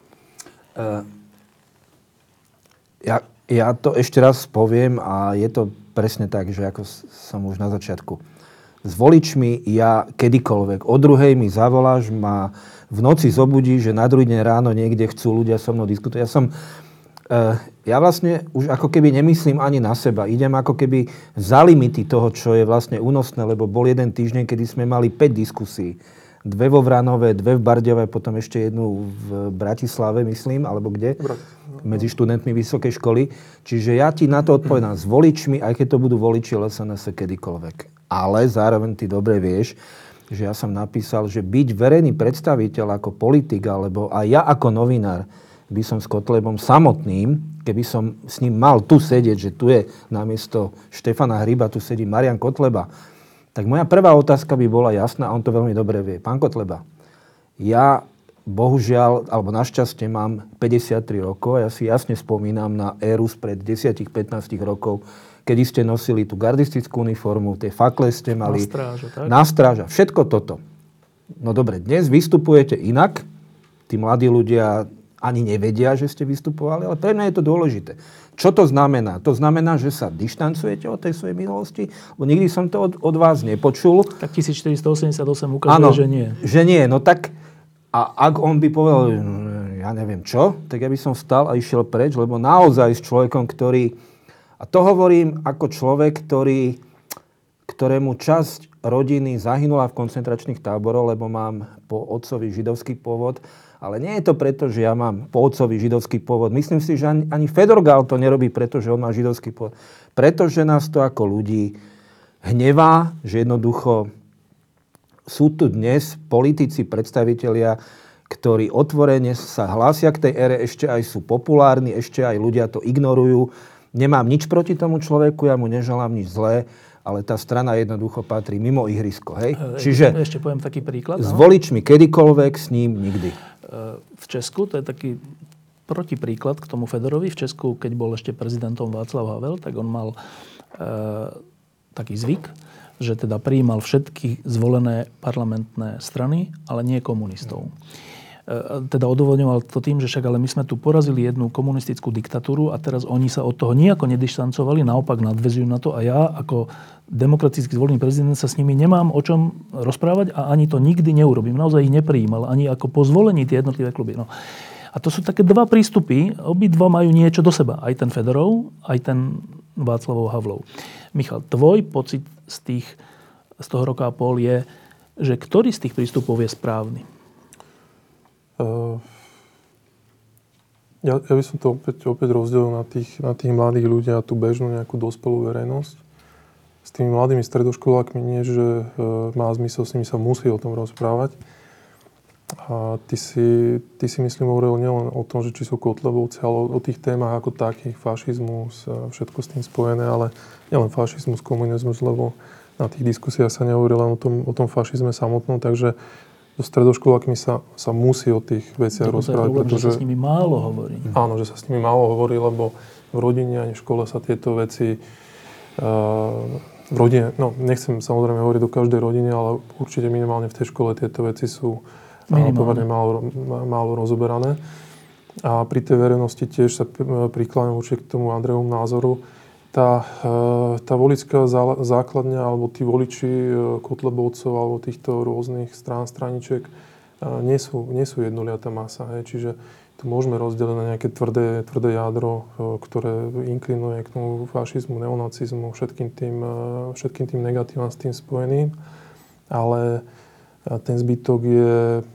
Ja to ešte raz poviem a je to presne tak, že ako som už na začiatku. S voličmi ja kedykoľvek. O 2:00 mi zavoláš, ma v noci zobudí, že na druhý deň ráno niekde chcú ľudia so mnou diskutovať. Ja vlastne už ako keby nemyslím ani na seba. Idem ako keby za limity toho, čo je vlastne únosné, lebo bol jeden týždeň, kedy sme mali 5 diskusí. 2 vo Vranove, 2 v Bardejove, potom ešte jednu v Bratislave, myslím, alebo kde? Medzi študentmi vysokej školy. Čiže ja ti na to odpovedám s voličmi, aj keď to budú voliči SNS kedykoľvek. Ale zároveň ty dobre vieš, že ja som napísal, že byť verejný predstaviteľ ako politik, alebo aj ja ako novinár, by som s Kotlebom samotným, keby som s ním mal tu sedieť, že tu je namiesto Štefana Hriba, tu sedí Marian Kotleba, tak moja prvá otázka by bola jasná a on to veľmi dobre vie. Pán Kotleba, ja bohužiaľ, alebo našťastie mám 53 rokov a ja si jasne spomínam na éru spred 10-15 rokov, kedy ste nosili tú gardistickú uniformu, tie fakle ste mali. Na stráža, všetko toto. No dobre, dnes vystupujete inak, tí mladí ľudia ani nevedia, že ste vystupovali, ale pre mňa je to dôležité. Čo to znamená? To znamená, že sa dištancujete od tej svojej minulosti? Bo nikdy som to od vás nepočul. Tak 1488 ukazuje, že nie. Že nie. No tak, a ak on by povedal, ja neviem čo, tak ja by som vstal a išiel preč, lebo naozaj s človekom, ktorý, a to hovorím ako človek, ktorému časť rodiny zahynula v koncentračných táboroch, lebo mám po otcovi židovský pôvod. Ale nie je to preto, že ja mám po otcovi židovský pôvod. Myslím si, že ani Fedor Gál to nerobí preto, že on má židovský pôvod. Pretože nás to ako ľudí hnevá, že jednoducho sú tu dnes politici, predstavitelia, ktorí otvorene sa hlásia k tej ére, ešte aj sú populárni, ešte aj ľudia to ignorujú. Nemám nič proti tomu človeku, ja mu neželám nič zlé, ale tá strana jednoducho patrí mimo ihrisko. Hej? Čiže ešte poviem taký príklad. S voličmi kedykoľvek, s ním nikdy. V Česku, to je taký protipríklad k tomu Fedorovi. V Česku, keď bol ešte prezidentom Václav Havel, tak on mal taký zvyk, že teda prijímal všetky zvolené parlamentné strany, ale nie komunistov. Teda odôvodňoval to tým, že však ale my sme tu porazili jednu komunistickú diktatúru a teraz oni sa od toho nijako nedištancovali, naopak nadväzujú na to a ja ako demokraticky zvolený prezident sa s nimi nemám o čom rozprávať a ani to nikdy neurobím. Naozaj ich neprijímal, ani ako po zvolení tie jednotlivé kluby. No. A to sú také dva prístupy, obidva majú niečo do seba. Aj ten Fedorov, aj ten Václavov Havlov. Michal, tvoj pocit z toho roka a pol je, že ktorý z tých prístupov je správny? Ja by som to opäť rozdelil na tých mladých ľudí a tú bežnú nejakú dospelú verejnosť. S tými mladými stredoškolákmi nie, že má zmysel, s nimi sa musí o tom rozprávať. A ty si myslím hovoril nielen o tom, že či sú kotlebovci, ale o tých témach ako takých, fašizmus, všetko s tým spojené, ale nielen fašizmus, komunizmus, lebo na tých diskusiách sa nehovorí len o tom fašizme samotnom, takže so stredoškolákmi sa musí o tých veciach rozprávať. Pretože sa s nimi málo hovorí. Áno, že sa s nimi málo hovorí, lebo v rodine ani v škole sa tieto veci v rodine, no nechcem samozrejme hovoriť o každej rodine, ale určite minimálne v tej škole tieto veci sú pomerne málo rozoberané. A pri tej verejnosti tiež sa prikláňam určite k tomu Andrejovmu názoru. Tá voličská základňa alebo tí voliči kotlebovcov alebo týchto rôznych straničiek nie sú jednoliatá masa. Hej. Čiže to môžeme rozdeliť na nejaké tvrdé jadro, ktoré inklinuje k tomu fašizmu, neonacizmu, všetkým tým negatívam s tým spojeným. Ale ten zbytok je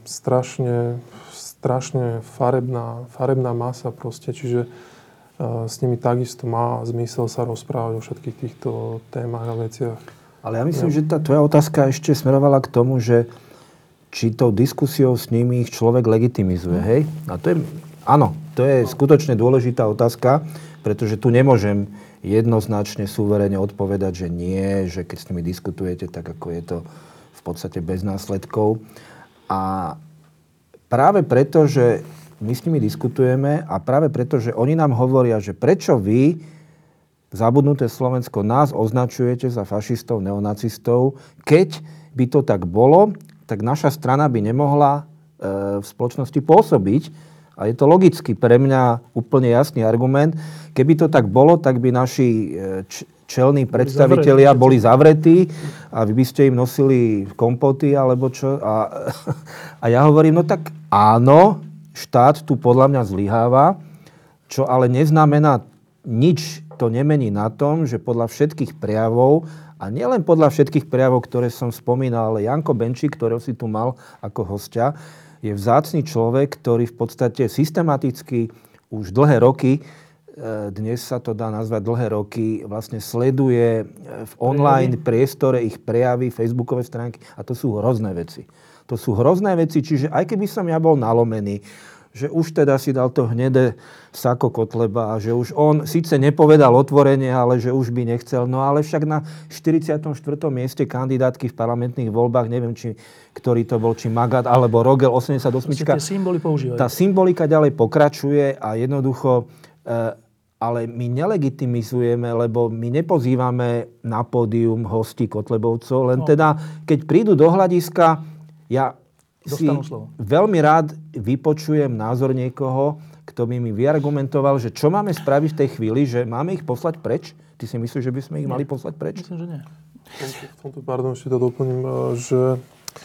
strašne farebná masa proste. Čiže s nimi takisto má zmysel sa rozprávať o všetkých týchto témach a veciach. Ale ja myslím, že tá tvoja otázka ešte smerovala k tomu, že či tou diskusiou s nimi ich človek legitimizuje, hej? A to je skutočne dôležitá otázka, pretože tu nemôžem jednoznačne suverene odpovedať, že nie, že keď s nimi diskutujete, tak ako je to v podstate bez následkov. A práve preto, že my s nimi diskutujeme a práve preto, že oni nám hovoria, že prečo vy, zabudnuté Slovensko, nás označujete za fašistov, neonacistov, keď by to tak bolo, tak naša strana by nemohla v spoločnosti pôsobiť. A je to logicky pre mňa úplne jasný argument. Keby to tak bolo, tak by naši čelní predstavitelia boli zavretí a vy by ste im nosili kompoty alebo čo. A ja hovorím, no tak áno, štát tu podľa mňa zlyháva, čo ale neznamená nič, to nemení na tom, že podľa všetkých prejavov A nielen podľa všetkých prejavov, ktoré som spomínal, ale Janko Benčík, ktorého si tu mal ako hostia, je vzácny človek, ktorý v podstate systematicky už dlhé roky, dnes sa to dá nazvať dlhé roky, vlastne sleduje v online priestore ich prejavy, facebookové stránky a to sú hrozné veci. To sú hrozné veci, čiže aj keby som ja bol nalomený, že už teda si dal to hnedé sako Kotleba a že už on síce nepovedal otvorene, ale že už by nechcel. No ale však na 44. mieste kandidátky v parlamentných voľbách, neviem, ktorý to bol, či Magat alebo Rogel 88. Tie symboly používajú. Tá symbolika ďalej pokračuje a jednoducho, ale my nelegitimizujeme, lebo my nepozývame na pódium hostí Kotlebovcov, len teda, keď prídu do hľadiska, ja si veľmi rád vypočujem názor niekoho, kto by mi vyargumentoval, že čo máme spraviť v tej chvíli, že máme ich poslať preč? Ty si myslíš, že by sme ich mali poslať preč? Myslím, že nie. Pardon, ešte to doplním, že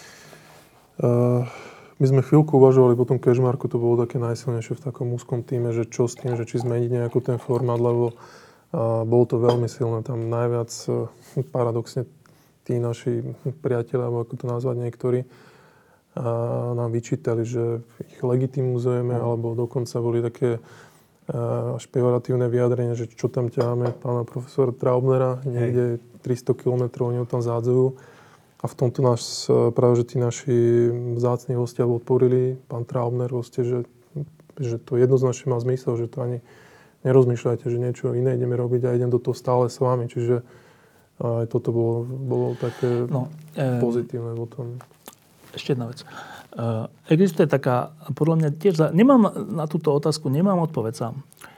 my sme chvíľku uvažovali po tom Kežmarku, to bolo také najsilnejšie v takom úzkom týme, že čo s tým, že či zmeniť nejakú ten formát, lebo bolo to veľmi silné. Tam najviac paradoxne tí naši priatelia, alebo ako to nazvať niektorí, nám vyčítali, že ich legitimizujeme, alebo dokonca boli také až pejoratívne vyjadrenia, že čo tam ťaháme pána profesora Traubnera, niekde 300 km oni ho tam zádzajú. A v tomto nás práve, že tí naši vzácni hostia podporili, pán Traubner, že to jednoznačne má zmysel, že to ani nerozmýšľajte, že niečo iné ideme robiť a idem do toho stále s vami. Čiže aj toto bolo také pozitívne potom. Ešte jedna vec. Existuje taká, podľa mňa tiež, nemám na túto otázku, nemám odpoveď sám.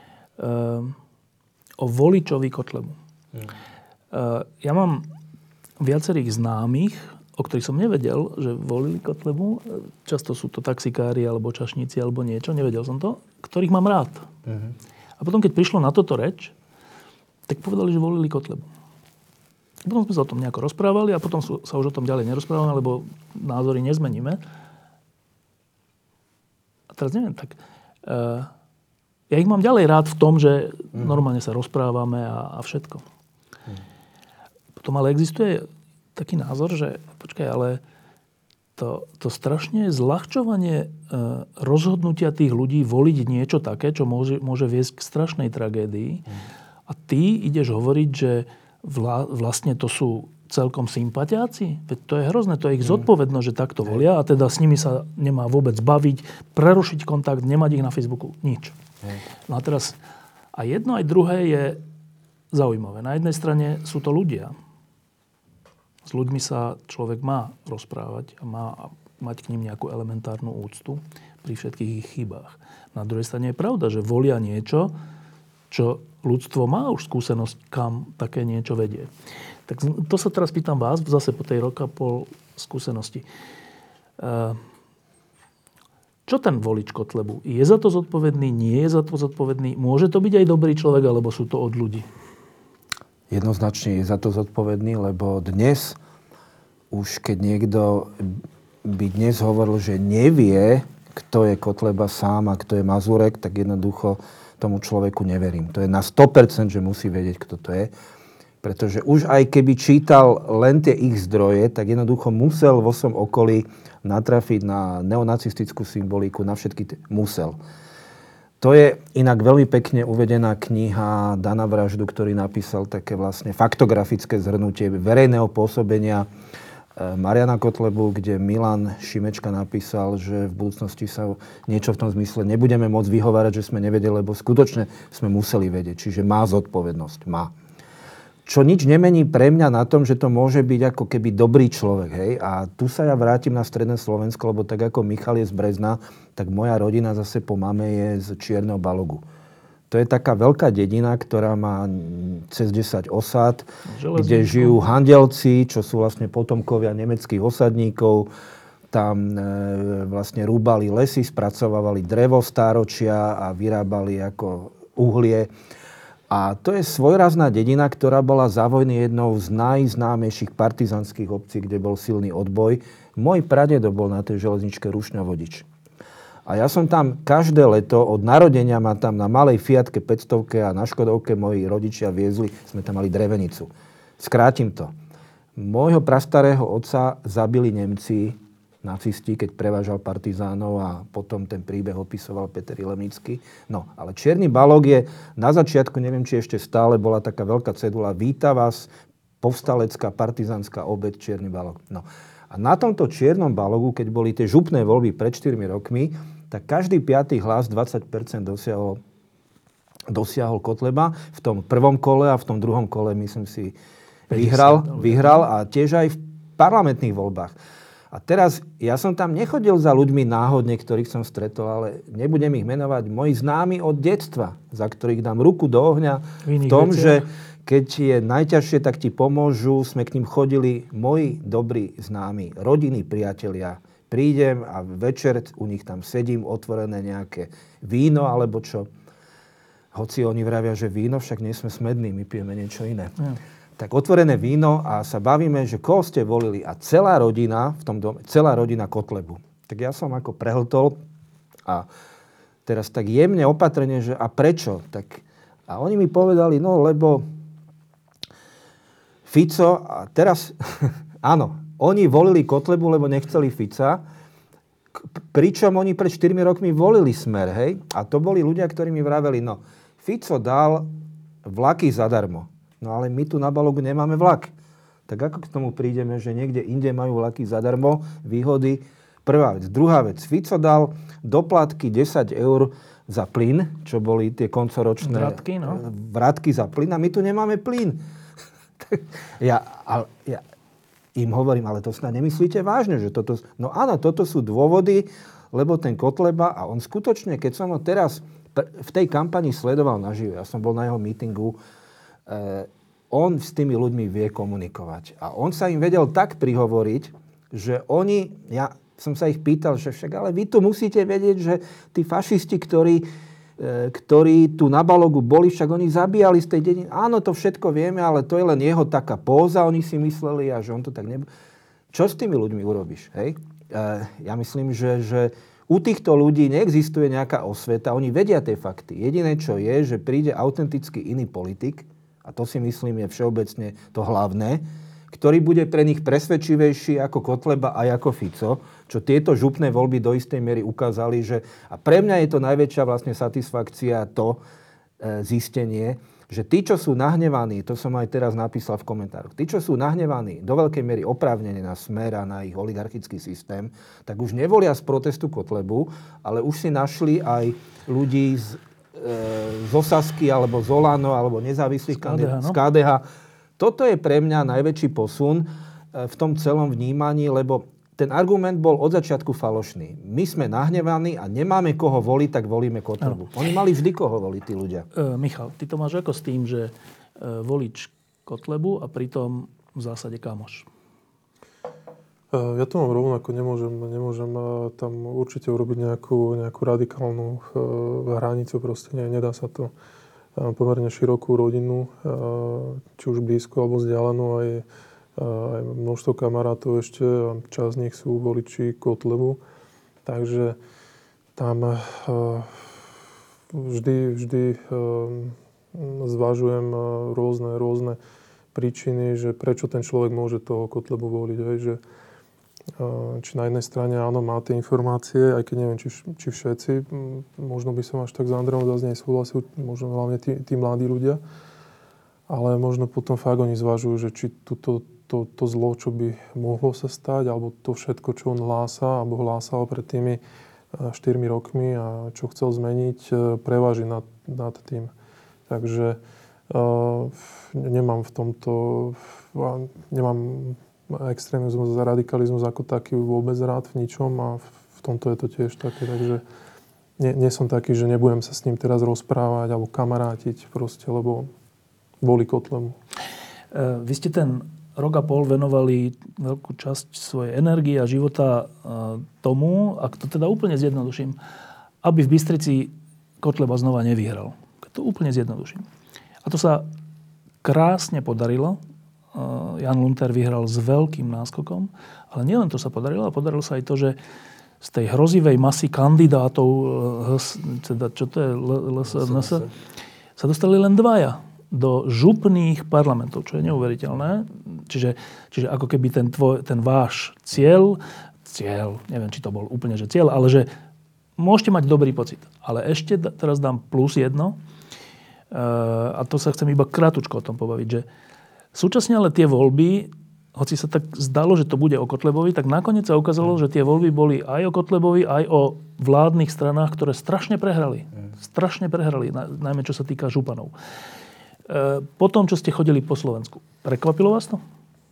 O voličovi Kotlebu. Ja mám viacerých známych, o ktorých som nevedel, že volili Kotlebu. Často sú to taxikári, alebo čašníci, alebo niečo, nevedel som to, ktorých mám rád. A potom, keď prišlo na toto reč, tak povedali, že volili Kotlebu. Potom sme sa o tom nejako rozprávali a potom sa už o tom ďalej nerozprávame, lebo názory nezmeníme. A teraz neviem, tak ja ich mám ďalej rád v tom, že normálne sa rozprávame a všetko. Potom ale existuje taký názor, že počkaj, ale to strašne zľahčovanie rozhodnutia tých ľudí voliť niečo také, čo môže viesť k strašnej tragédii. A ty ideš hovoriť, že vlastne to sú celkom sympatiáci. Veď to je hrozné, to je ich zodpovednosť, že takto volia a teda s nimi sa nemá vôbec baviť, prerušiť kontakt, nemať ich na Facebooku, nič. No a teraz a jedno aj druhé je zaujímavé. Na jednej strane sú to ľudia. S ľuďmi sa človek má rozprávať a má mať k nim nejakú elementárnu úctu pri všetkých ich chybách. Na druhej strane je pravda, že volia niečo, čo ľudstvo má už skúsenosť, kam také niečo vedie. Tak to sa teraz pýtam vás, zase po tej roka pol skúsenosti. Čo ten volič Kotlebu? Je za to zodpovedný? Nie je za to zodpovedný? Môže to byť aj dobrý človek, alebo sú to od ľudí? Jednoznačne je za to zodpovedný, lebo dnes, už keď niekto by dnes hovoril, že nevie, kto je Kotleba sám a kto je Mazurek, tak jednoducho tomu človeku neverím. To je na 100%, že musí vedieť, kto to je. Pretože už aj keby čítal len tie ich zdroje, tak jednoducho musel vo svojom okolí natrafiť na neonacistickú symboliku, na všetky musel. To je inak veľmi pekne uvedená kniha Dana Vraždu, ktorý napísal také vlastne faktografické zhrnutie verejného pôsobenia Mariana Kotlebu, kde Milan Šimečka napísal, že v budúcnosti sa niečo v tom zmysle nebudeme môcť vyhovárať, že sme nevedeli, lebo skutočne sme museli vedieť. Čiže má zodpovednosť, má. Čo nič nemení pre mňa na tom, že to môže byť ako keby dobrý človek. Hej? A tu sa ja vrátim na stredné Slovensko, lebo tak ako Michal je z Brezna, tak moja rodina zase po mame je z Čierneho Balogu. To je taká veľká dedina, ktorá má cez 10 osád, kde žijú Handelci, čo sú vlastne potomkovia nemeckých osadníkov. Tam vlastne rúbali lesy, spracovávali drevo stáročia a vyrábali ako uhlie. A to je svojrázná dedina, ktorá bola za vojny jednou z najznámejších partizanských obcí, kde bol silný odboj. Môj pradedo bol na tej železničke Rušňa vodič. A ja som tam každé leto, od narodenia ma tam na malej Fiatke 500 a na Škodovke moji rodičia viezli, sme tam mali drevenicu. Skrátim to. Môjho prastarého otca zabili Nemci, nacisti, keď prevážal partizánov a potom ten príbeh opisoval Peter Ilemnický. No, ale Čierny balóg je na začiatku, neviem, či ešte stále bola taká veľká cedula: víta vás povstalecká partizánska obeť Čierny balóg. No. A na tomto Čiernom balógu, keď boli tie župné voľby pred 4 rokmi, tak každý 5. hlas, 20% dosiahol Kotleba. V tom prvom kole a v tom druhom kole, myslím si, vyhral a tiež aj v parlamentných voľbách. A teraz, ja som tam nechodil za ľuďmi náhodne, ktorých som stretol, ale nebudem ich menovať, moji známi od detstva, za ktorých dám ruku do ohňa v tom, že keď je najťažšie, tak ti pomôžu. Sme k ním chodili moji dobrí známi, rodiny, priatelia. Prídem a večer u nich tam sedím, otvorené nejaké víno alebo čo. Hoci oni vravia, že víno, však nie sme smední, my pijeme niečo iné. Tak otvorené víno a sa bavíme, že koho ste volili. A celá rodina v tom dome, celá rodina Kotlebu. Tak ja som ako prehltol a teraz tak jemne opatrne, že a prečo? A oni mi povedali, no lebo Fico, a teraz, áno, oni volili Kotlebu, lebo nechceli Fica, pričom oni pred 4 rokmi volili Smer, hej? A to boli ľudia, ktorí mi vraveli, no, Fico dal vlaky zadarmo. No ale my tu na Balógu nemáme vlak. Tak ako k tomu prídeme, že niekde inde majú vlaky zadarmo, výhody? Prvá vec. Druhá vec. Fico dal doplatky 10 eur za plyn, čo boli tie koncoročné vratky za plyn, a my tu nemáme plyn. Ja im hovorím, ale to snad nemyslíte vážne, že toto... No áno, toto sú dôvody, lebo ten Kotleba, a on skutočne, keď som ho teraz v tej kampani sledoval naživo, ja som bol na jeho mítingu, on s tými ľuďmi vie komunikovať. A on sa im vedel tak prihovoriť, že oni, ja som sa ich pýtal, že však, ale vy tu musíte vedieť, že tí fašisti, ktorí tu na Balógu boli, však oni zabíjali z tej dediny. Áno, to všetko vieme, ale to je len jeho taká póza, oni si mysleli, a že on to tak nebol. Čo s tými ľuďmi urobíš? Hej? Ja myslím, že u týchto ľudí neexistuje nejaká osveta, oni vedia tie fakty. Jediné, čo je, že príde autenticky iný politik, a to si myslím je všeobecne to hlavné, ktorý bude pre nich presvedčivejší ako Kotleba aj ako Fico, čo tieto župné voľby do istej miery ukázali, že... A pre mňa je to najväčšia vlastne satisfakcia, to zistenie, že tí, čo sú nahnevaní, to som aj teraz napísal v komentároch, tí, čo sú nahnevaní do veľkej miery oprávnene na Smer a na ich oligarchický systém, tak už nevolia z protestu Kotlebu, ale už si našli aj ľudí z Osasky, alebo z Olano, alebo nezávislých z KDH. Toto je pre mňa najväčší posun v tom celom vnímaní, lebo ten argument bol od začiatku falošný. My sme nahnevaní a nemáme koho voliť, tak volíme Kotlebu. Oni mali vždy koho voliť, tí ľudia. Michal, ty to máš ako s tým, že volíš Kotlebu a pritom v zásade kamoš? Ja to mám rovnako, nemôžem tam určite urobiť nejakú radikálnu hranicu, proste nedá sa to. Pomerne širokú rodinu, či už blízko alebo vzdialenú, aj množstvo kamarátov ešte, časť z nich sú voliči Kotlebu, takže tam vždy zvažujem rôzne príčiny, že prečo ten človek môže toho Kotlebu voliť, že či na jednej strane áno, má tie informácie, aj keď neviem, či všetci, možno by som až tak s Andreom zase nesúhlasil, možno hlavne tí mladí ľudia, ale možno potom fakt oni zvažujú, že či to zlo, čo by mohlo sa stať, alebo to všetko, čo on hlása, alebo hlásal pred tými 4 rokmi a čo chcel zmeniť, preváži nad tým. Takže nemám v tomto, nemám extrémizmus a radikalizmus ako taký vôbec rád v ničom, a v tomto je to tiež také, takže nie som taký, že nebudem sa s ním teraz rozprávať alebo kamarátiť proste, lebo boli Kotlebu. Vy ste ten rok a pol venovali veľkú časť svojej energie a života tomu, ak to teda úplne zjednoduším, aby v Bystrici Kotleba znova nevyhral. To úplne zjednoduším. A to sa krásne podarilo. Jan Lundter vyhral s veľkým náskokom, ale nielen to sa podarilo, ale podarilo sa aj to, že z tej hrozivej masy kandidátov, teda čo to je, LSNS, sa dostali len 2 do župných parlamentov, čo je neuveriteľné. Čiže ako keby ten váš cieľ, neviem, či to bol úplne, že cieľ, ale že môžete mať dobrý pocit. Ale ešte teraz dám plus jedno, a to sa chcem iba krátko o tom pobaviť, že súčasne ale tie voľby, hoci sa tak zdalo, že to bude o Kotlebovi, tak nakoniec sa ukázalo, že tie voľby boli aj o Kotlebovi, aj o vládnych stranách, ktoré strašne prehrali. Najmä čo sa týka županov. Po tom, čo ste chodili po Slovensku, prekvapilo vás to?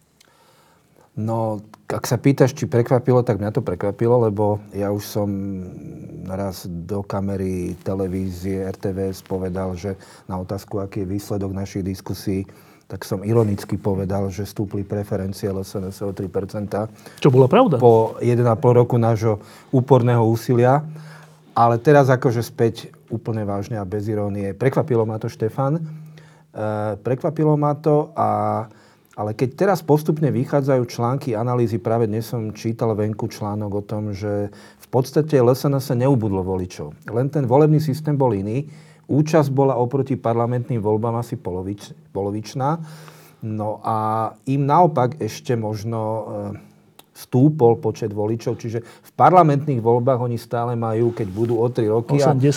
No, ak sa pýtaš, či prekvapilo, tak mňa to prekvapilo, lebo ja už som raz do kamery televízie RTVS povedal, že na otázku, aký je výsledok našich diskusí, tak som ironicky povedal, že stúpli preferencie LSNS o 3%. Čo bola pravda? Po 1,5 roku nášho úporného úsilia. Ale teraz akože späť úplne vážne a bez irónie. Prekvapilo ma to, Štefan. Prekvapilo ma to, ale keď teraz postupne vychádzajú články, analýzy, práve dnes som čítal venku článok o tom, že v podstate LSNS neubudlo voličov. Len ten volebný systém bol iný. Účasť bola oproti parlamentným voľbám asi polovičná. No a im naopak ešte možno stúpol počet voličov. Čiže v parlamentných voľbách oni stále majú, keď budú o 3 roky,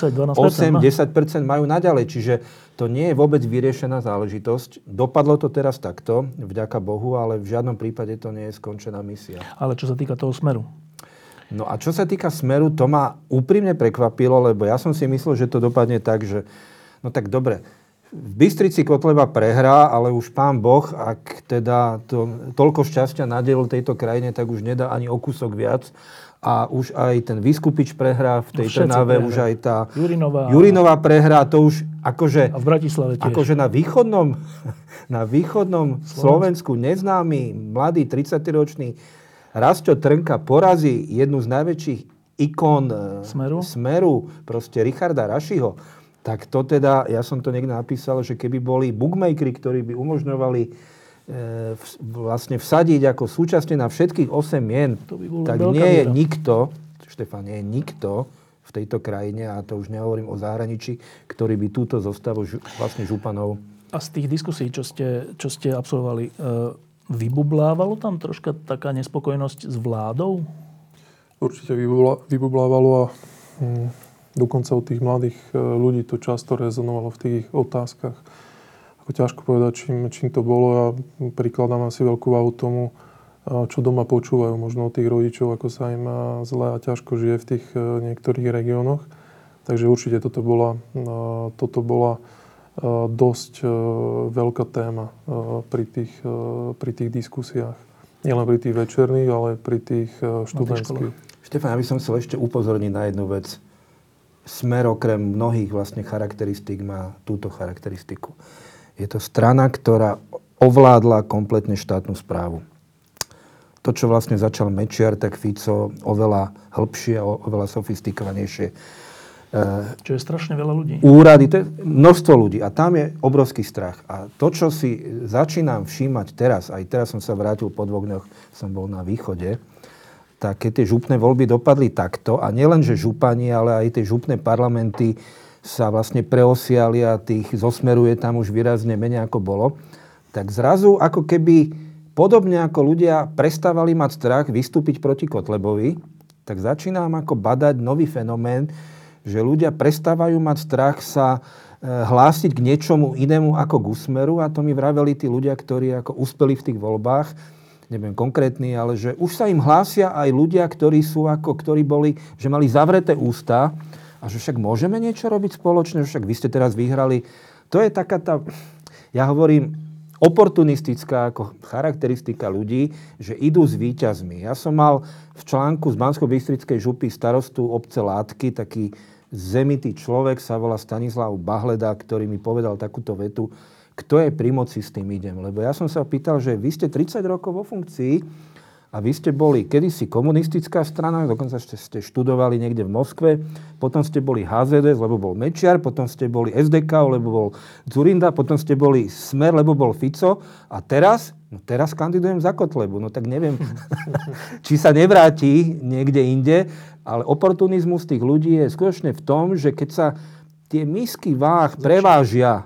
8-10% majú naďalej. Čiže to nie je vôbec vyriešená záležitosť. Dopadlo to teraz takto, vďaka Bohu, ale v žiadnom prípade to nie je skončená misia. Ale čo sa týka toho Smeru? No a čo sa týka Smeru, to ma úprimne prekvapilo, lebo ja som si myslel, že to dopadne tak, že no tak dobre, v Bystrici Kotleba prehrá, ale už pán Boh, ak teda toľko šťastia nadielil tejto krajine, tak už nedá ani o kúsok viac. A už aj ten Vyskupič prehrá v tej Trnave, už aj tá Jurinová prehrá, to už akože... A v Bratislave tiež. Akože na východnom Slovensku neznámy, mladý, 30-ročný Rasťo Trnka porazí jednu z najväčších ikón Smeru, proste Richarda Rašiho. Tak to teda, ja som to niekde napísal, že keby boli bookmakeri, ktorí by umožňovali vlastne vsadiť ako súčasne na všetkých 8 mien, tak nie je nikto, Štefán, nie je nikto v tejto krajine, a to už nehovorím o zahraničí, ktorý by túto zostavu vlastne županov. A z tých diskusí, čo ste absolvovali, vybublávalo tam troška taká nespokojnosť s vládou? Určite vybublávalo a dokonca u tých mladých ľudí to často rezonovalo v tých otázkach. Ako ťažko povedať, čím to bolo. Ja prikladám asi veľkú váhu tomu, čo doma počúvajú možno od tých rodičov, ako sa im zle a ťažko žije v tých niektorých regiónoch. Takže určite toto bola dosť veľká téma pri tých diskusiách. Nielen pri tých večerných, ale pri tých študentských. Štefán, ja by som chcel ešte upozorniť na jednu vec. Smer okrem mnohých vlastne charakteristík má túto charakteristiku. Je to strana, ktorá ovládla kompletne štátnu správu. To, čo vlastne začal Mečiar, tak Fico oveľa hĺbšie a oveľa sofistikovanejšie. Čo je strašne veľa ľudí. Úrady, to je množstvo ľudí a tam je obrovský strach. A to, čo si začínam všímať teraz, aj teraz som sa vrátil po 2 dňoch, som bol na východe, tak keď tie župné voľby dopadli takto, a nielen, že župani, ale aj tie župné parlamenty sa vlastne preosiali a tých zosmeruje tam už výrazne menej ako bolo, tak zrazu ako keby podobne ako ľudia prestávali mať strach vystúpiť proti Kotlebovi, tak začínam ako badať nový fenomén, že ľudia prestávajú mať strach sa hlásiť k niečomu inému ako k Smeru, a to mi vraveli tí ľudia, ktorí ako uspeli v tých voľbách, neviem konkrétny, ale že už sa im hlásia aj ľudia, ktorí boli, že mali zavreté ústa, a že však môžeme niečo robiť spoločne, že však vy ste teraz vyhrali. To je taká tá, ja hovorím, oportunistická ako charakteristika ľudí, že idú s víťazmi. Ja som mal v článku z Banskobystrickej župy starostu obce Látky, taký zemitý človek, sa volá Stanislav Bahleda, ktorý mi povedal takúto vetu: kto je pri moci, s tým idem. Lebo ja som sa pýtal, že vy ste 30 rokov vo funkcii a vy ste boli kedysi komunistická strana, dokonca ste študovali niekde v Moskve, potom ste boli HZDS, lebo bol Mečiar, potom ste boli SDK, lebo bol Dzurinda, potom ste boli Smer, lebo bol Fico, a teraz kandidujem za Kotlebu. No tak neviem, či sa nevráti niekde inde, ale oportunizmus tých ľudí je skutočne v tom, že keď sa tie misky váh prevážia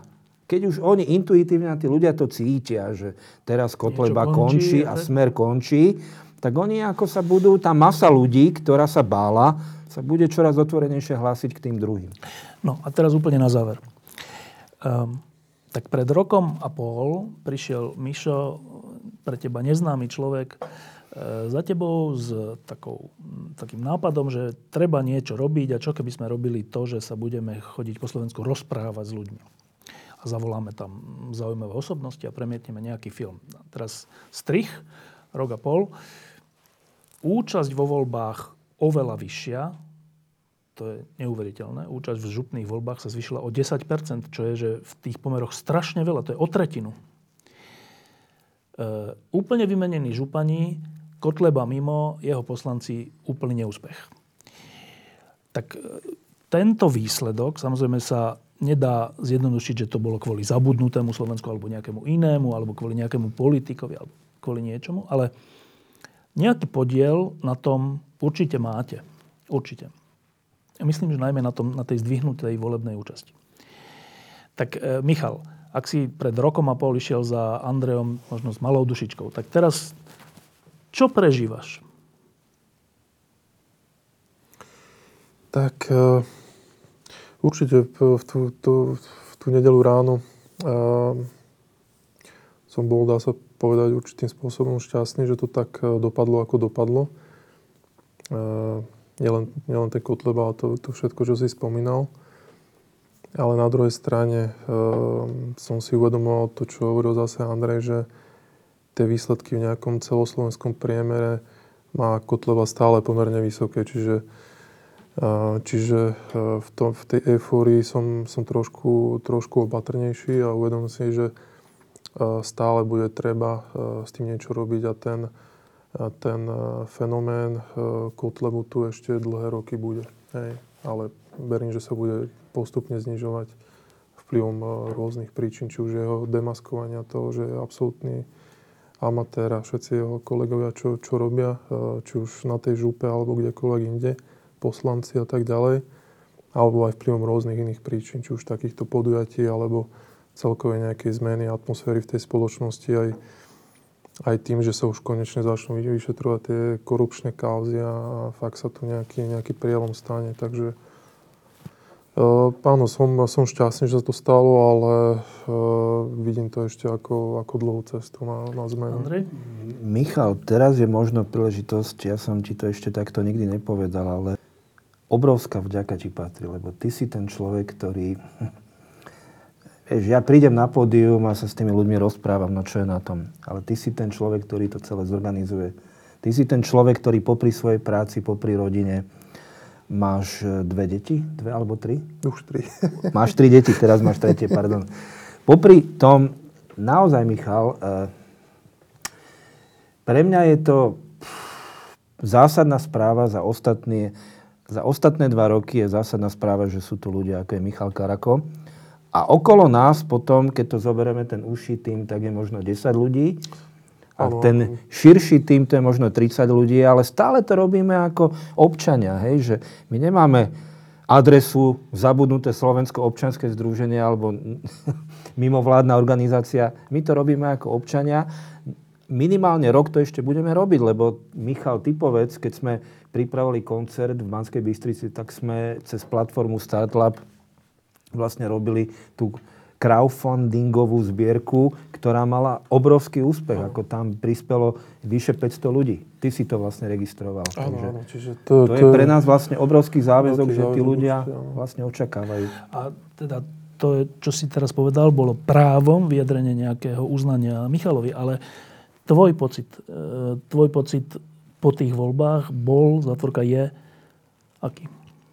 Keď už oni intuitívne, tí ľudia to cítia, že teraz Kotleba končí a Smer končí, tak oni ako sa budú, tá masa ľudí, ktorá sa bála, sa bude čoraz otvorenejšie hlásiť k tým druhým. No a teraz úplne na záver. Tak pred rokom a pol prišiel Mišo, pre teba neznámy človek, za tebou s takým nápadom, že treba niečo robiť a čo keby sme robili to, že sa budeme chodiť po Slovensku rozprávať s ľuďmi. A zavoláme tam zaujímavé osobnosti a premietneme nejaký film. A teraz strich, rok a pol. Účasť vo voľbách oveľa vyššia, to je neuveriteľné. Účasť v župných voľbách sa zvýšila o 10%, čo je, že v tých pomeroch strašne veľa. To je o tretinu. Úplne vymenení župani, Kotleba mimo, jeho poslanci úplný neúspech. Tak tento výsledok, samozrejme sa nedá zjednodušiť, že to bolo kvôli zabudnutému Slovensku alebo nejakému inému, alebo kvôli nejakému politikovi, alebo kvôli niečomu, ale nejaký podiel na tom určite máte. Určite. Ja myslím, že najmä na tej zdvihnutej volebnej účasti. Tak Michal, ak si pred rokom a pol išiel za Andrejom možno s malou dušičkou, tak teraz čo prežívaš? Tak určite v tú nedeľu ráno som bol, dá sa povedať, určitým spôsobom šťastný, že to tak dopadlo, ako dopadlo. Nielen ten Kotleba, ale to všetko, čo si spomínal. Ale na druhej strane som si uvedomoval to, čo hovoril zase Andrej, že tie výsledky v nejakom celoslovenskom priemere má Kotleba stále pomerne vysoké. Čiže v tej eufórii som trošku opatrnejší a uvedomil si, že stále bude treba s tým niečo robiť a ten fenomén Kotlebu tu ešte dlhé roky bude. Hej. Ale verím, že sa bude postupne znižovať vplyvom rôznych príčin, či už jeho demaskovania toho, že je absolútny amatér a všetci jeho kolegovia, čo robia, či už na tej župe alebo kdekoľvek inde, poslanci a tak ďalej, alebo aj vplyvom rôznych iných príčin, či už takýchto podujatí, alebo celkovej nejakej zmeny atmosféry v tej spoločnosti, aj tým, že sa už konečne začnú vyšetrovať tie korupčné kauzy a fakt sa tu nejaký prielom stane. Takže áno, som šťastný, že sa to stalo, ale vidím to ešte ako dlhú cestu na zmenu. Andrej? Michal, teraz je možno príležitosť, ja som ti to ešte takto nikdy nepovedal, ale obrovská vďaka ti patrí, lebo ty si ten človek, ktorý... Vieš, ja prídem na pódium a sa s tými ľuďmi rozprávam, no čo je na tom. Ale ty si ten človek, ktorý to celé zorganizuje. Ty si ten človek, ktorý popri svojej práci, popri rodine, máš 2 deti? 2 alebo 3? Už 3. Máš 3 deti, teraz máš 3, pardon. Popri tom, naozaj, Michal, pre mňa je to zásadná správa za ostatné 2 roky je zásadná správa, že sú tu ľudia, ako je Michal Karako. A okolo nás potom, keď to zoberieme ten užší tým, tak je možno 10 ľudí. A ten širší tým, to je možno 30 ľudí, ale stále to robíme ako občania. Hej? Že my nemáme adresu Zabudnuté Slovensko občianske združenie alebo mimovládna organizácia. My to robíme ako občania. Minimálne rok to ešte budeme robiť, lebo Michal, ty povedz, keď sme pripravili koncert v Banskej Bystrici, tak sme cez platformu StartLab vlastne robili tú crowdfundingovú zbierku, ktorá mala obrovský úspech, ako tam prispelo vyše 500 ľudí. Ty si to vlastne registroval. Áno, čiže to je pre nás vlastne obrovský záväzok, že tí ľudia vlastne očakávajú. A teda to, čo si teraz povedal, bolo právom vyjadrenie nejakého uznania Michalovi, ale tvoj pocit po tých voľbách bol, zatvorka je, aký?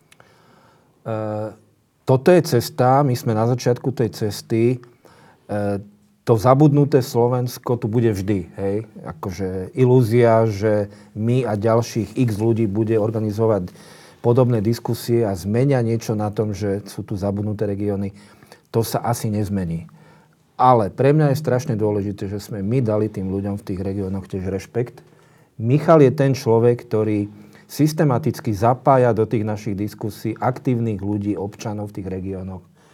Toto je cesta, my sme na začiatku tej cesty. To zabudnuté Slovensko tu bude vždy. Hej? Akože ilúzia, že my a ďalších x ľudí bude organizovať podobné diskusie a zmenia niečo na tom, že sú tu zabudnuté regióny, to sa asi nezmení. Ale pre mňa je strašne dôležité, že sme my dali tým ľuďom v tých regiónoch tiež rešpekt. Michal je ten človek, ktorý systematicky zapája do tých našich diskusí aktívnych ľudí, občanov v tých regiónoch.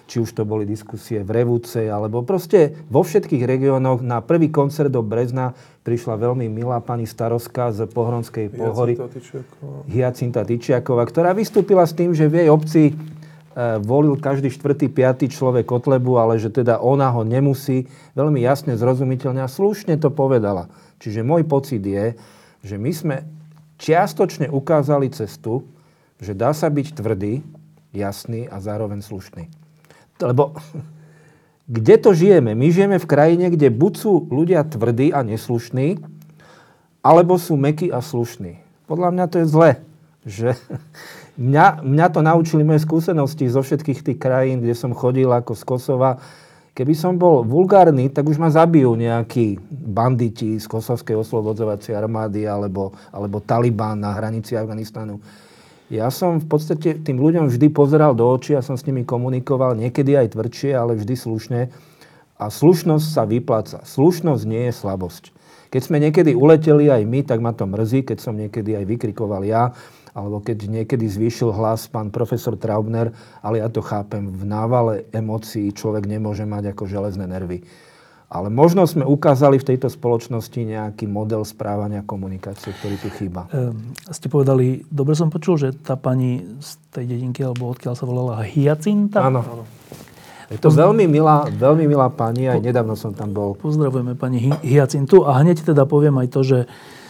či už to boli diskusie v Revúcej, alebo proste vo všetkých regiónoch. Na prvý koncert do Brezna prišla veľmi milá pani starostka z Pohronskej Pohory, Hyacinta Tyčiaková, ktorá vystúpila s tým, že v jej obci volil každý 4., 5. človek Kotlebu, ale že teda ona ho nemusí. Veľmi jasne, zrozumiteľne a slušne to povedala. Čiže môj pocit je, že my sme čiastočne ukázali cestu, že dá sa byť tvrdý, jasný a zároveň slušný. Lebo kde to žijeme? My žijeme v krajine, kde buď sú ľudia tvrdí a neslušní, alebo sú mäkkí a slušní. Podľa mňa to je zle. Že mňa to naučili moje skúsenosti zo všetkých tých krajín, kde som chodil ako z Kosova. Keby som bol vulgárny, tak už ma zabijú nejakí banditi z Kosovskej oslobodzovacej armády alebo Taliban na hranici Afganistanu. Ja som v podstate tým ľuďom vždy pozeral do očí a som s nimi komunikoval, niekedy aj tvrdšie, ale vždy slušne. A slušnosť sa vypláca. Slušnosť nie je slabosť. Keď sme niekedy uleteli aj my, tak ma to mrzí, keď som niekedy aj vykrikoval ja, alebo keď niekedy zvýšil hlas pán profesor Traubner, ale ja to chápem, v návale emócií človek nemôže mať ako železné nervy. Ale možno sme ukázali v tejto spoločnosti nejaký model správania komunikácie, ktorý tu chýba. Ste povedali, dobre som počul, že tá pani z tej dedinky, alebo odkiaľ sa volala Hyacinta? Áno. Je to veľmi milá pani, aj nedávno som tam bol. Pozdravujeme pani Hyacintu a hneď teda poviem aj to, že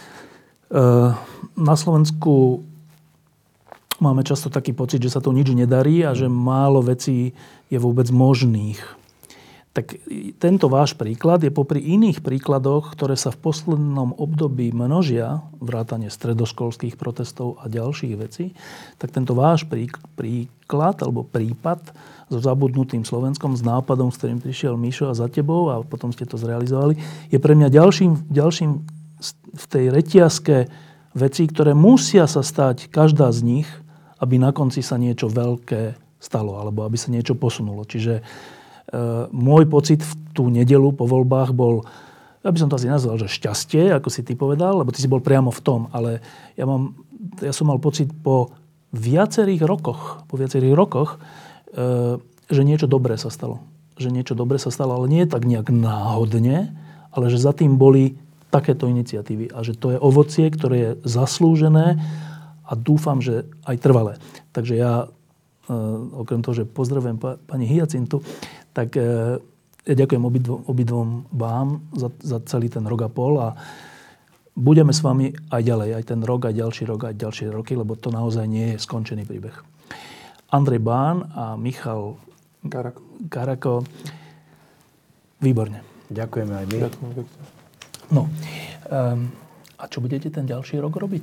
na Slovensku máme často taký pocit, že sa tu nič nedarí a že málo vecí je vôbec možných. Tak tento váš príklad je popri iných príkladoch, ktoré sa v poslednom období množia, vrátane stredoškolských protestov a ďalších vecí, tak tento váš príklad alebo prípad so zabudnutým Slovenskom, s nápadom, s ktorým prišiel Mišo a za tebou a potom ste to zrealizovali, je pre mňa ďalším v tej reťazke vecí, ktoré musia sa stať, každá z nich, aby na konci sa niečo veľké stalo alebo aby sa niečo posunulo. Čiže môj pocit v tú nedeľu po voľbách bol, ja by som to asi nazval, že šťastie, ako si ty povedal, lebo ty si bol priamo v tom, ale ja som mal pocit po viacerých rokoch, že niečo dobré sa stalo. Že niečo dobré sa stalo, ale nie tak nejak náhodne, ale že za tým boli takéto iniciatívy a že to je ovocie, ktoré je zaslúžené a dúfam, že aj trvalé. Takže ja, okrem toho, že pozdravujem pani Hyacintu, tak ja ďakujem obidvom vám za celý ten rok a pol a budeme s vami aj ďalej, aj ten rok, aj ďalšie roky, lebo to naozaj nie je skončený príbeh. Andrej Bán a Michal Karako. Výborne. Ďakujeme aj my. Ďakujem. No, a čo budete ten ďalší rok robiť?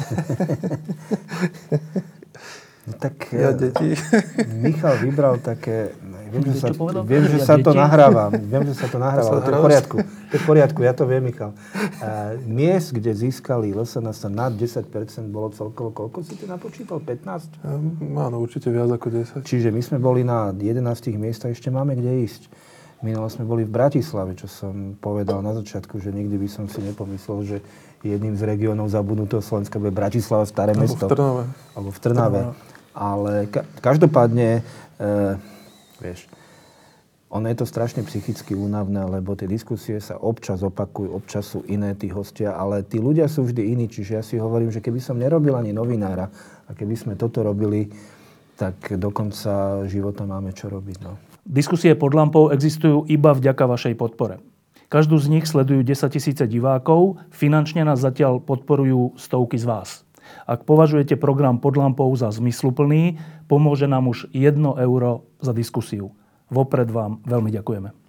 No tak ja deti. Michal vybral také... Viem, že sa to nahráva, ale to je v poriadku. To je v poriadku, ja to viem, Michal. Miest, kde získali LSNS nad 10%, bolo celkovo koľko si ty napočítal? 15? Áno, určite viac ako 10. Čiže my sme boli na 11 miestach, ešte máme kde ísť. Minule sme boli v Bratislave, čo som povedal na začiatku, že nikdy by som si nepomyslel, že jedným z regiónov zabudnutého Slovenska bude Bratislava, staré mesto. Alebo v Trnave. Ale každopádne, vieš, ono je to strašne psychicky únavné, lebo tie diskusie sa občas opakujú, občas sú iné tí hostia, ale tí ľudia sú vždy iní. Čiže ja si hovorím, že keby som nerobil ani novinára a keby sme toto robili, tak do konca života máme čo robiť. No. Diskusie pod lampou existujú iba vďaka vašej podpore. Každú z nich sledujú 10 000 divákov, finančne nás zatiaľ podporujú stovky z vás. Ak považujete program Pod lampou za zmysluplný, pomôže nám už 1 euro za diskusiu. Vopred vám veľmi ďakujeme.